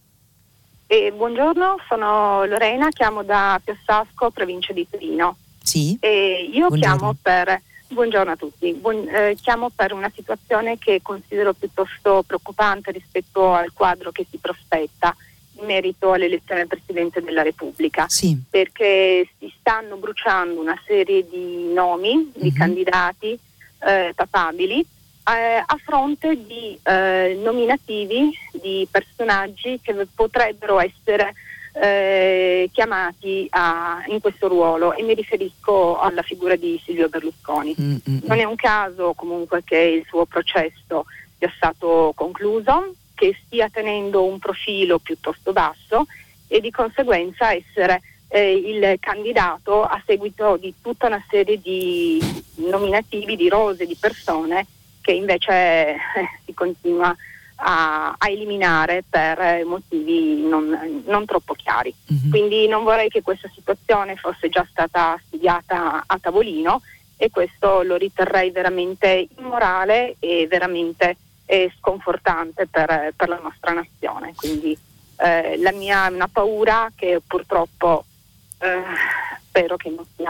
Eh, buongiorno, sono Lorena, chiamo da Piassasco, provincia di Torino. Sì. Eh, io buongiorno. chiamo per Buongiorno a tutti. Buon, eh, chiamo per una situazione che considero piuttosto preoccupante rispetto al quadro che si prospetta in merito all'elezione del Presidente della Repubblica. Sì. Perché si stanno bruciando una serie di nomi, di uh-huh. candidati eh, papabili eh, a fronte di eh, nominativi di personaggi che potrebbero essere Eh, chiamati a, in questo ruolo, e mi riferisco alla figura di Silvio Berlusconi. Mm-hmm. Non è un caso comunque che il suo processo sia stato concluso, che stia tenendo un profilo piuttosto basso e di conseguenza essere eh, il candidato a seguito di tutta una serie di nominativi, di rose, di persone che invece eh, si continua A, a eliminare per motivi non, non troppo chiari. Mm-hmm. Quindi non vorrei che questa situazione fosse già stata studiata a tavolino, e questo lo riterrei veramente immorale e veramente eh, sconfortante per, per la nostra nazione. Quindi eh, la mia è una paura che purtroppo eh, spero che non sia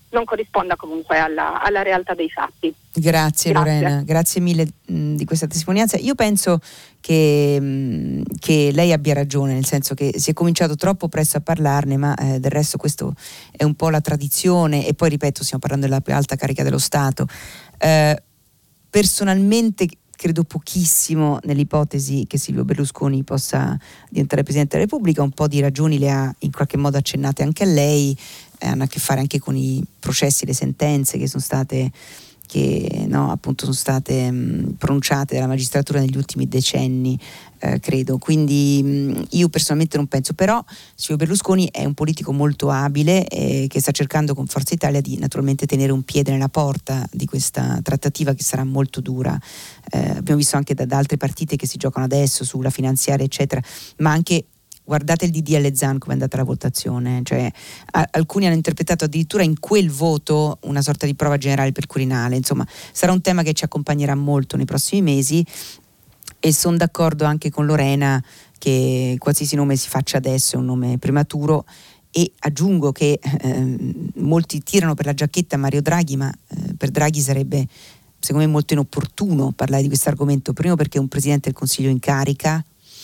non corrisponda comunque alla, alla realtà dei fatti. Grazie, Grazie Lorena, grazie mille mh, di questa testimonianza. Io penso che, mh, che lei abbia ragione, nel senso che si è cominciato troppo presto a parlarne, ma eh, del resto questo è un po' la tradizione, e poi ripeto, stiamo parlando della più alta carica dello Stato. Eh, personalmente credo pochissimo nell'ipotesi che Silvio Berlusconi possa diventare Presidente della Repubblica. Un po' di ragioni le ha in qualche modo accennate anche a lei, eh, hanno a che fare anche con i processi, le sentenze che sono state che no, appunto sono state mh, pronunciate dalla magistratura negli ultimi decenni, eh, credo. Quindi mh, io personalmente non penso, però Silvio Berlusconi è un politico molto abile eh, che sta cercando con Forza Italia di naturalmente tenere un piede nella porta di questa trattativa che sarà molto dura. Eh, abbiamo visto anche da, da altre partite che si giocano adesso sulla finanziaria eccetera, ma anche guardate il D D L Zan come è andata la votazione, cioè a, alcuni hanno interpretato addirittura in quel voto una sorta di prova generale per Quirinale. Insomma, sarà un tema che ci accompagnerà molto nei prossimi mesi, e sono d'accordo anche con Lorena che qualsiasi nome si faccia adesso è un nome prematuro, e aggiungo che eh, molti tirano per la giacchetta Mario Draghi, ma eh, per Draghi sarebbe secondo me molto inopportuno parlare di questo argomento, primo perché è un Presidente del Consiglio in carica,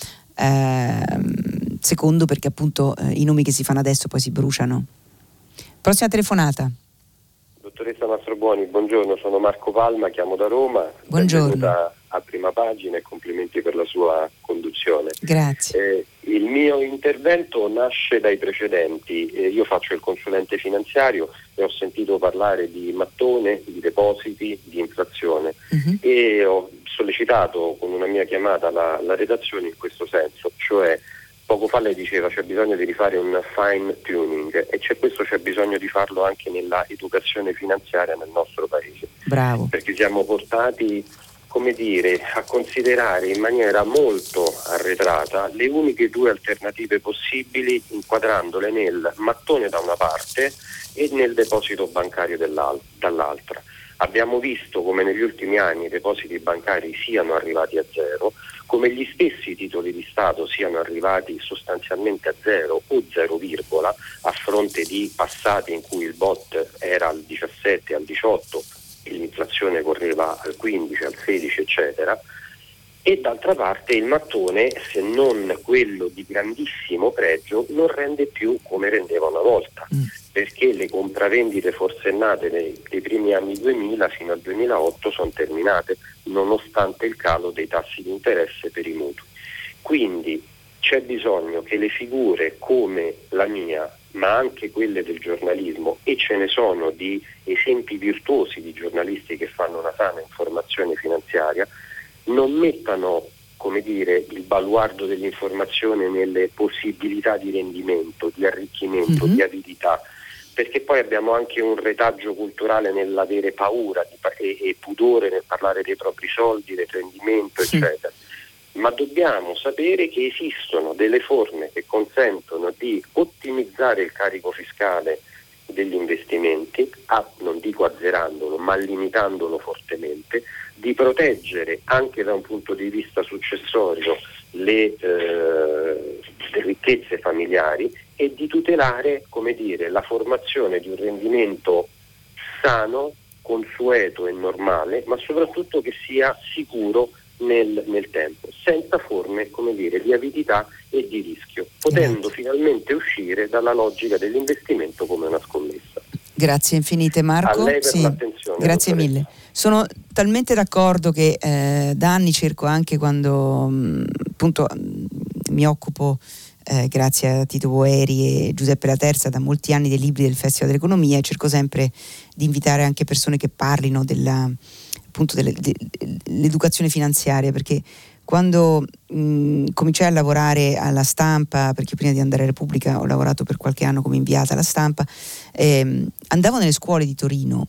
ehm, secondo perché appunto eh, i nomi che si fanno adesso poi si bruciano. Prossima telefonata. Dottoressa Mastrobuoni, buongiorno, sono Marco Palma, chiamo da Roma. Buongiorno. Benvenuta a Prima Pagina e complimenti per la sua conduzione. Grazie. Eh, il mio intervento nasce dai precedenti. Eh, io faccio il consulente finanziario e ho sentito parlare di mattone, di depositi, di inflazione uh-huh. e ho sollecitato con una mia chiamata la, la redazione in questo senso, cioè poco fa lei diceva c'è bisogno di rifare un fine tuning, e c'è questo c'è bisogno di farlo anche nella educazione finanziaria nel nostro paese. Bravo. Perché siamo portati, come dire, a considerare in maniera molto arretrata le uniche due alternative possibili, inquadrandole nel mattone da una parte e nel deposito bancario dall'altra. Abbiamo visto come negli ultimi anni i depositi bancari siano arrivati a zero, come gli stessi titoli di Stato siano arrivati sostanzialmente a zero o zero virgola, a fronte di passati in cui il B O T era al diciassette, al diciotto e l'inflazione correva al quindici, al sedici eccetera, e d'altra parte il mattone, se non quello di grandissimo pregio, non rende più come rendeva una volta, mm. perché le compravendite forsennate nei, dei primi anni duemila fino al duemilaotto sono terminate, nonostante il calo dei tassi di interesse per i mutui. Quindi c'è bisogno che le figure come la mia, ma anche quelle del giornalismo, e ce ne sono di esempi virtuosi di giornalisti che fanno una sana informazione finanziaria, non mettano, come dire, il baluardo dell'informazione nelle possibilità di rendimento, di arricchimento, mm-hmm. di avidità, perché poi abbiamo anche un retaggio culturale nell'avere paura di, e, e pudore nel parlare dei propri soldi, del rendimento, sì. eccetera. Ma dobbiamo sapere che esistono delle forme che consentono di ottimizzare il carico fiscale degli investimenti, a, non dico azzerandolo, ma limitandolo fortemente, di proteggere anche da un punto di vista successorio le, eh, le ricchezze familiari, e di tutelare, come dire, la formazione di un rendimento sano, consueto e normale, ma soprattutto che sia sicuro nel, nel tempo, senza forme, come dire, di avidità e di rischio, potendo Grazie. finalmente uscire dalla logica dell'investimento come una scommessa. Grazie infinite Marco. A lei per sì. l'attenzione. Grazie dottoressa. mille. Sono talmente d'accordo che eh, da anni cerco, anche quando mh, appunto mh, mi occupo eh, grazie a Tito Boeri e Giuseppe La Terza da molti anni dei libri del Festival dell'Economia, e cerco sempre di invitare anche persone che parlino della appunto delle, de, dell'educazione finanziaria, perché quando mh, cominciai a lavorare alla Stampa, perché prima di andare a Repubblica ho lavorato per qualche anno come inviata alla Stampa, ehm, andavo nelle scuole di Torino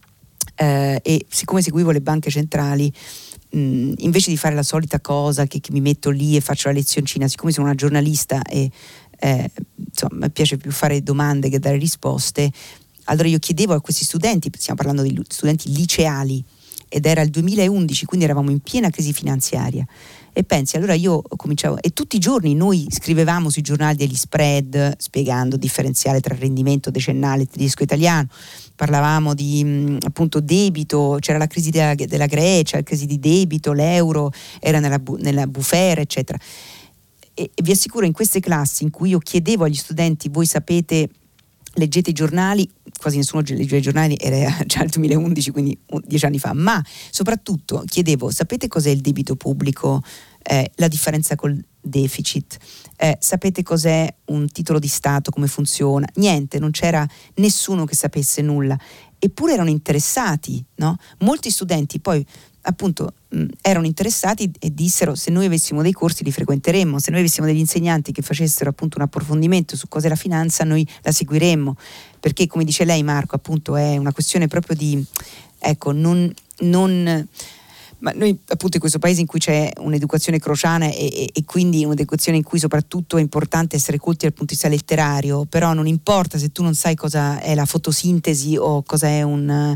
eh, e siccome seguivo le banche centrali, mh, invece di fare la solita cosa che, che mi metto lì e faccio la lezioncina, siccome sono una giornalista e eh, insomma mi piace più fare domande che dare risposte, allora io chiedevo a questi studenti, stiamo parlando di studenti liceali, ed era il duemilaundici, quindi eravamo in piena crisi finanziaria, E pensi, allora io cominciavo, e tutti i giorni noi scrivevamo sui giornali degli spread, spiegando il differenziale tra il rendimento decennale tedesco e italiano, parlavamo di mh, appunto debito, c'era la crisi della, della Grecia, la crisi di debito, l'euro era nella, bu- nella bufera, eccetera. E, e vi assicuro, in queste classi in cui io chiedevo agli studenti, voi sapete, leggete i giornali, quasi nessuno leggeva i giornali, era già il duemilaundici, quindi dieci anni fa, ma soprattutto chiedevo, sapete cos'è il debito pubblico, eh, la differenza col deficit, eh, sapete cos'è un titolo di Stato, come funziona? Niente, non c'era nessuno che sapesse nulla, eppure erano interessati, no? Molti studenti poi appunto mh, erano interessati e dissero: se noi avessimo dei corsi li frequenteremmo, se noi avessimo degli insegnanti che facessero appunto un approfondimento su cos'è la finanza, noi la seguiremmo, perché come dice lei, Marco, appunto è una questione proprio di, ecco, non, non ma noi appunto in questo paese in cui c'è un'educazione crociana e, e, e quindi un'educazione in cui soprattutto è importante essere colti dal punto di vista letterario, però non importa se tu non sai cosa è la fotosintesi o cosa è un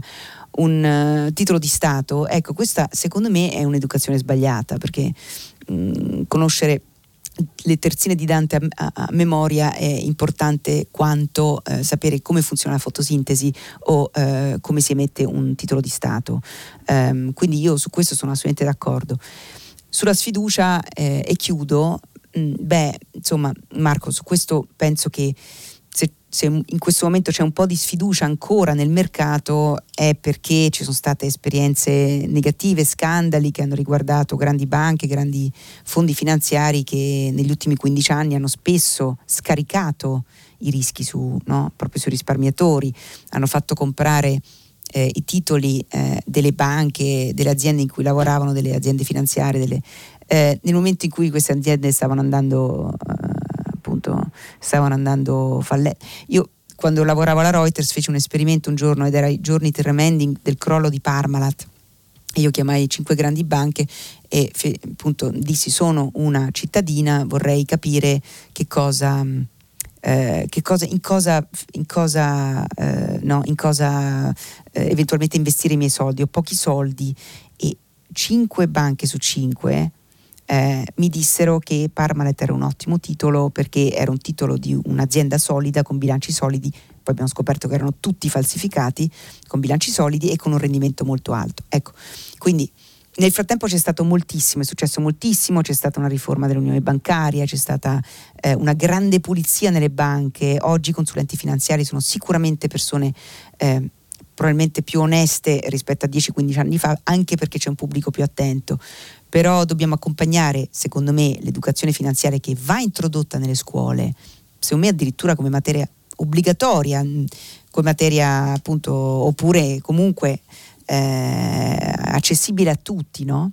un uh, titolo di Stato, ecco, questa secondo me è un'educazione sbagliata, perché mh, conoscere le terzine di Dante a, a, a memoria è importante quanto uh, sapere come funziona la fotosintesi o uh, come si emette un titolo di Stato. Um, quindi io su questo sono assolutamente d'accordo. Sulla sfiducia, eh, e chiudo, mh, beh, insomma, Marco, su questo penso che se, se in questo momento c'è un po' di sfiducia ancora nel mercato è perché ci sono state esperienze negative, scandali che hanno riguardato grandi banche, grandi fondi finanziari che negli ultimi quindici anni hanno spesso scaricato i rischi su, no, proprio sui risparmiatori, hanno fatto comprare eh, i titoli eh, delle banche, delle aziende in cui lavoravano, delle aziende finanziarie, delle, eh, nel momento in cui queste aziende stavano andando eh, appunto stavano andando fallendo. Io quando lavoravo alla Reuters feci un esperimento un giorno ed era i giorni tremendi del crollo di Parmalat. Io chiamai cinque grandi banche e fe, appunto dissi: sono una cittadina, vorrei capire che cosa eh, che cosa in cosa in cosa eh, no in cosa eh, eventualmente investire i miei soldi. Ho pochi soldi, e cinque banche su cinque Eh, mi dissero che Parmalat era un ottimo titolo perché era un titolo di un'azienda solida con bilanci solidi. Poi abbiamo scoperto che erano tutti falsificati, con bilanci solidi e con un rendimento molto alto. Ecco, quindi nel frattempo c'è stato moltissimo, è successo moltissimo, c'è stata una riforma dell'unione bancaria, c'è stata eh, una grande pulizia nelle banche. Oggi i consulenti finanziari sono sicuramente persone eh, probabilmente più oneste rispetto a dieci quindici anni fa, anche perché c'è un pubblico più attento. Però dobbiamo accompagnare, secondo me, l'educazione finanziaria che va introdotta nelle scuole, secondo me addirittura come materia obbligatoria, come materia appunto, oppure comunque eh, accessibile a tutti, no?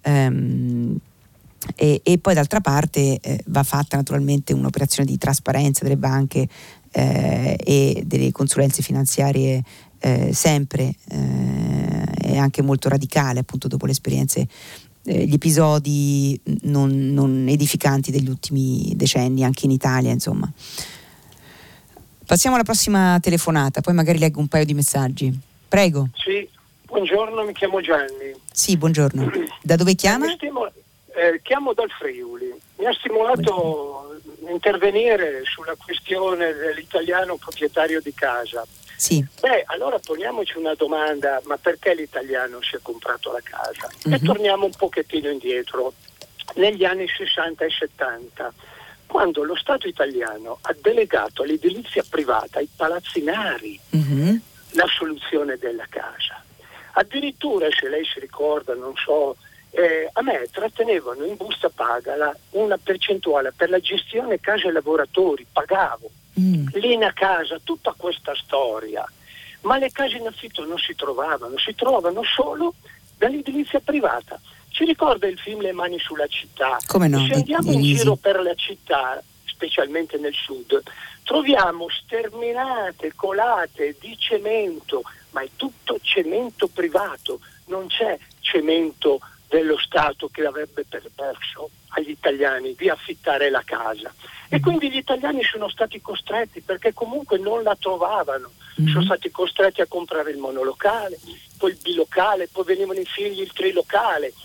Ehm, e, e poi d'altra parte eh, va fatta naturalmente un'operazione di trasparenza delle banche eh, e delle consulenze finanziarie eh, sempre eh, e anche molto radicale, appunto, dopo le esperienze, gli episodi non, non edificanti degli ultimi decenni anche in Italia, insomma. Passiamo alla prossima telefonata, poi magari leggo un paio di messaggi. Prego. Sì, buongiorno, mi chiamo Gianni. Sì, buongiorno. Da dove chiama? Stimo, eh, chiamo dal Friuli. Mi ha stimolato intervenire sulla questione dell'italiano proprietario di casa. Sì. Beh, allora poniamoci una domanda: ma perché l'italiano si è comprato la casa? Uh-huh. E torniamo un pochettino indietro, negli anni sessanta e settanta, quando lo Stato italiano ha delegato all'edilizia privata, ai palazzinari, uh-huh, la soluzione della casa. Addirittura, se lei si ricorda, non so, eh, a me trattenevano in busta paga la, una percentuale per la gestione casa e lavoratori, pagavo. Mm. L'Ina Casa, tutta questa storia, ma le case in affitto non si trovavano, si trovano solo dall'edilizia privata. Ci ricorda il film Le mani sulla città? Come no? Se andiamo in giro per la città, specialmente nel sud, troviamo sterminate colate di cemento, ma è tutto cemento privato, non c'è cemento dello Stato che avrebbe permesso agli italiani di affittare la casa. E quindi gli italiani sono stati costretti, perché comunque non la trovavano, mm-hmm, sono stati costretti a comprare il monolocale, poi il bilocale, poi venivano i figli il trilocale.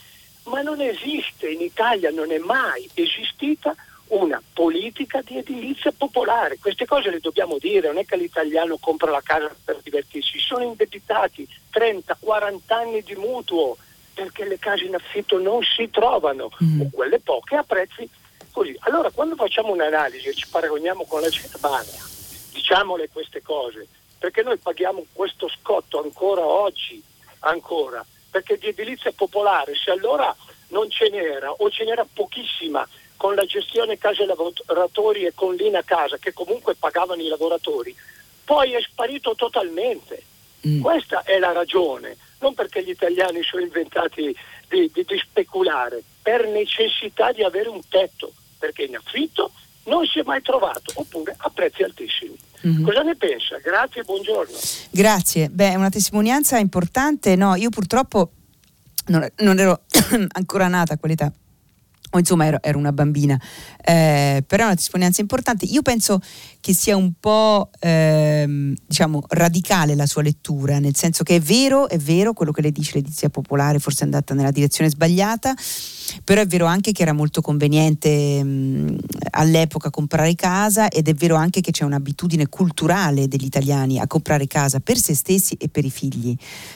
ma non esiste in Italia, non è mai esistita una politica di edilizia popolare. Queste cose le dobbiamo dire, non è che l'italiano compra la casa per divertirsi, sono indebitati trenta quaranta anni di mutuo perché le case in affitto non si trovano, mm. o quelle poche a prezzi così. Allora quando facciamo un'analisi e ci paragoniamo con la Germania, diciamole queste cose, perché noi paghiamo questo scotto ancora oggi, ancora, perché di edilizia popolare, se allora non ce n'era o ce n'era pochissima con la gestione case lavoratori e con l'I N A Casa, che comunque pagavano i lavoratori, poi è sparito totalmente. Mm. Questa è la ragione, non perché gli italiani sono inventati di, di, di speculare, per necessità di avere un tetto, perché in affitto non si è mai trovato, oppure a prezzi altissimi. Mm-hmm. Cosa ne pensa? Grazie, buongiorno. Grazie, beh, è una testimonianza importante. No, io purtroppo non, non ero ancora nata a quell'età, o insomma ero, ero una bambina, eh, però è una testimonianza importante. Io penso che sia un po' ehm, diciamo radicale la sua lettura, nel senso che è vero, è vero quello che lei dice, l'edilizia popolare forse è andata nella direzione sbagliata, però è vero anche che era molto conveniente mh, all'epoca comprare casa, ed è vero anche che c'è un'abitudine culturale degli italiani a comprare casa per se stessi e per i figli,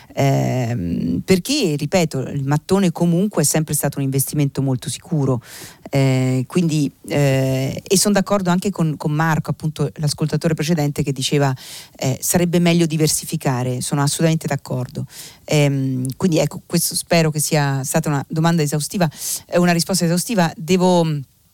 eh, perché ripeto, il mattone comunque è sempre stato un investimento molto sicuro, eh, quindi eh, e sono d'accordo anche con, con Marco, appunto l'ascoltatore precedente, che diceva eh, sarebbe meglio diversificare, sono assolutamente d'accordo. Eh, quindi ecco, questo spero che sia stata una domanda esaustiva, eh, una risposta esaustiva. Devo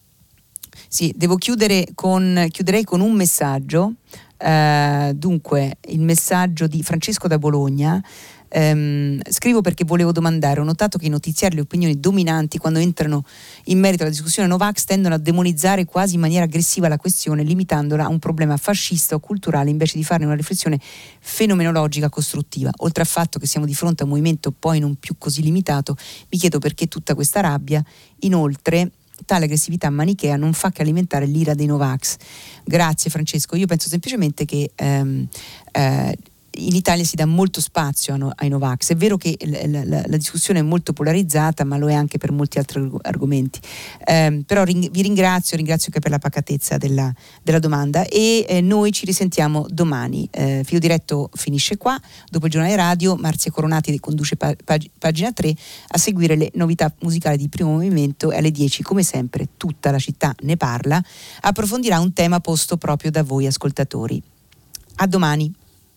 sì, devo chiudere con chiuderei con un messaggio. Uh, dunque, il messaggio di Francesco da Bologna. Um, scrivo perché volevo domandare: ho notato che i notiziari, le opinioni dominanti quando entrano in merito alla discussione Novax tendono a demonizzare quasi in maniera aggressiva la questione, limitandola a un problema fascista o culturale, invece di farne una riflessione fenomenologica costruttiva. Oltre al fatto che siamo di fronte a un movimento poi non più così limitato, mi chiedo perché tutta questa rabbia. Inoltre, tale aggressività manichea non fa che alimentare l'ira dei Novax. Grazie Francesco, io penso semplicemente che ehm, eh, in Italia si dà molto spazio a no, ai Novax. È vero che la, la, la discussione è molto polarizzata, ma lo è anche per molti altri argomenti. Eh, però ring, vi ringrazio, ringrazio anche per la pacatezza della, della domanda, e eh, noi ci risentiamo domani. Eh, Filo Diretto finisce qua, dopo il giornale radio Marzia Coronati conduce pa, pag, pagina tre, a seguire le novità musicali di Primo Movimento, e alle dieci come sempre Tutta la città ne parla approfondirà un tema posto proprio da voi ascoltatori. A domani.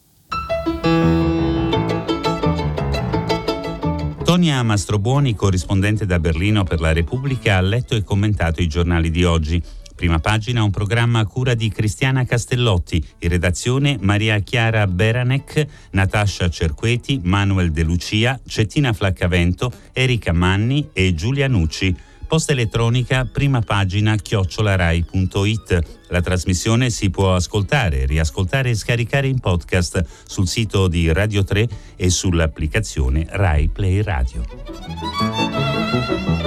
Tonia Mastrobuoni, corrispondente da Berlino per la Repubblica, ha letto e commentato i giornali di oggi. Prima pagina, un programma a cura di Cristiana Castellotti, in redazione Maria Chiara Beranec, Natascia Cerqueti, Manuel De Lucia, Cettina Flaccavento, Erika Manni e Giulia Nucci. Posta elettronica prima pagina chiocciolarai punto it. La trasmissione si può ascoltare, riascoltare e scaricare in podcast sul sito di Radio tre e sull'applicazione Rai Play Radio.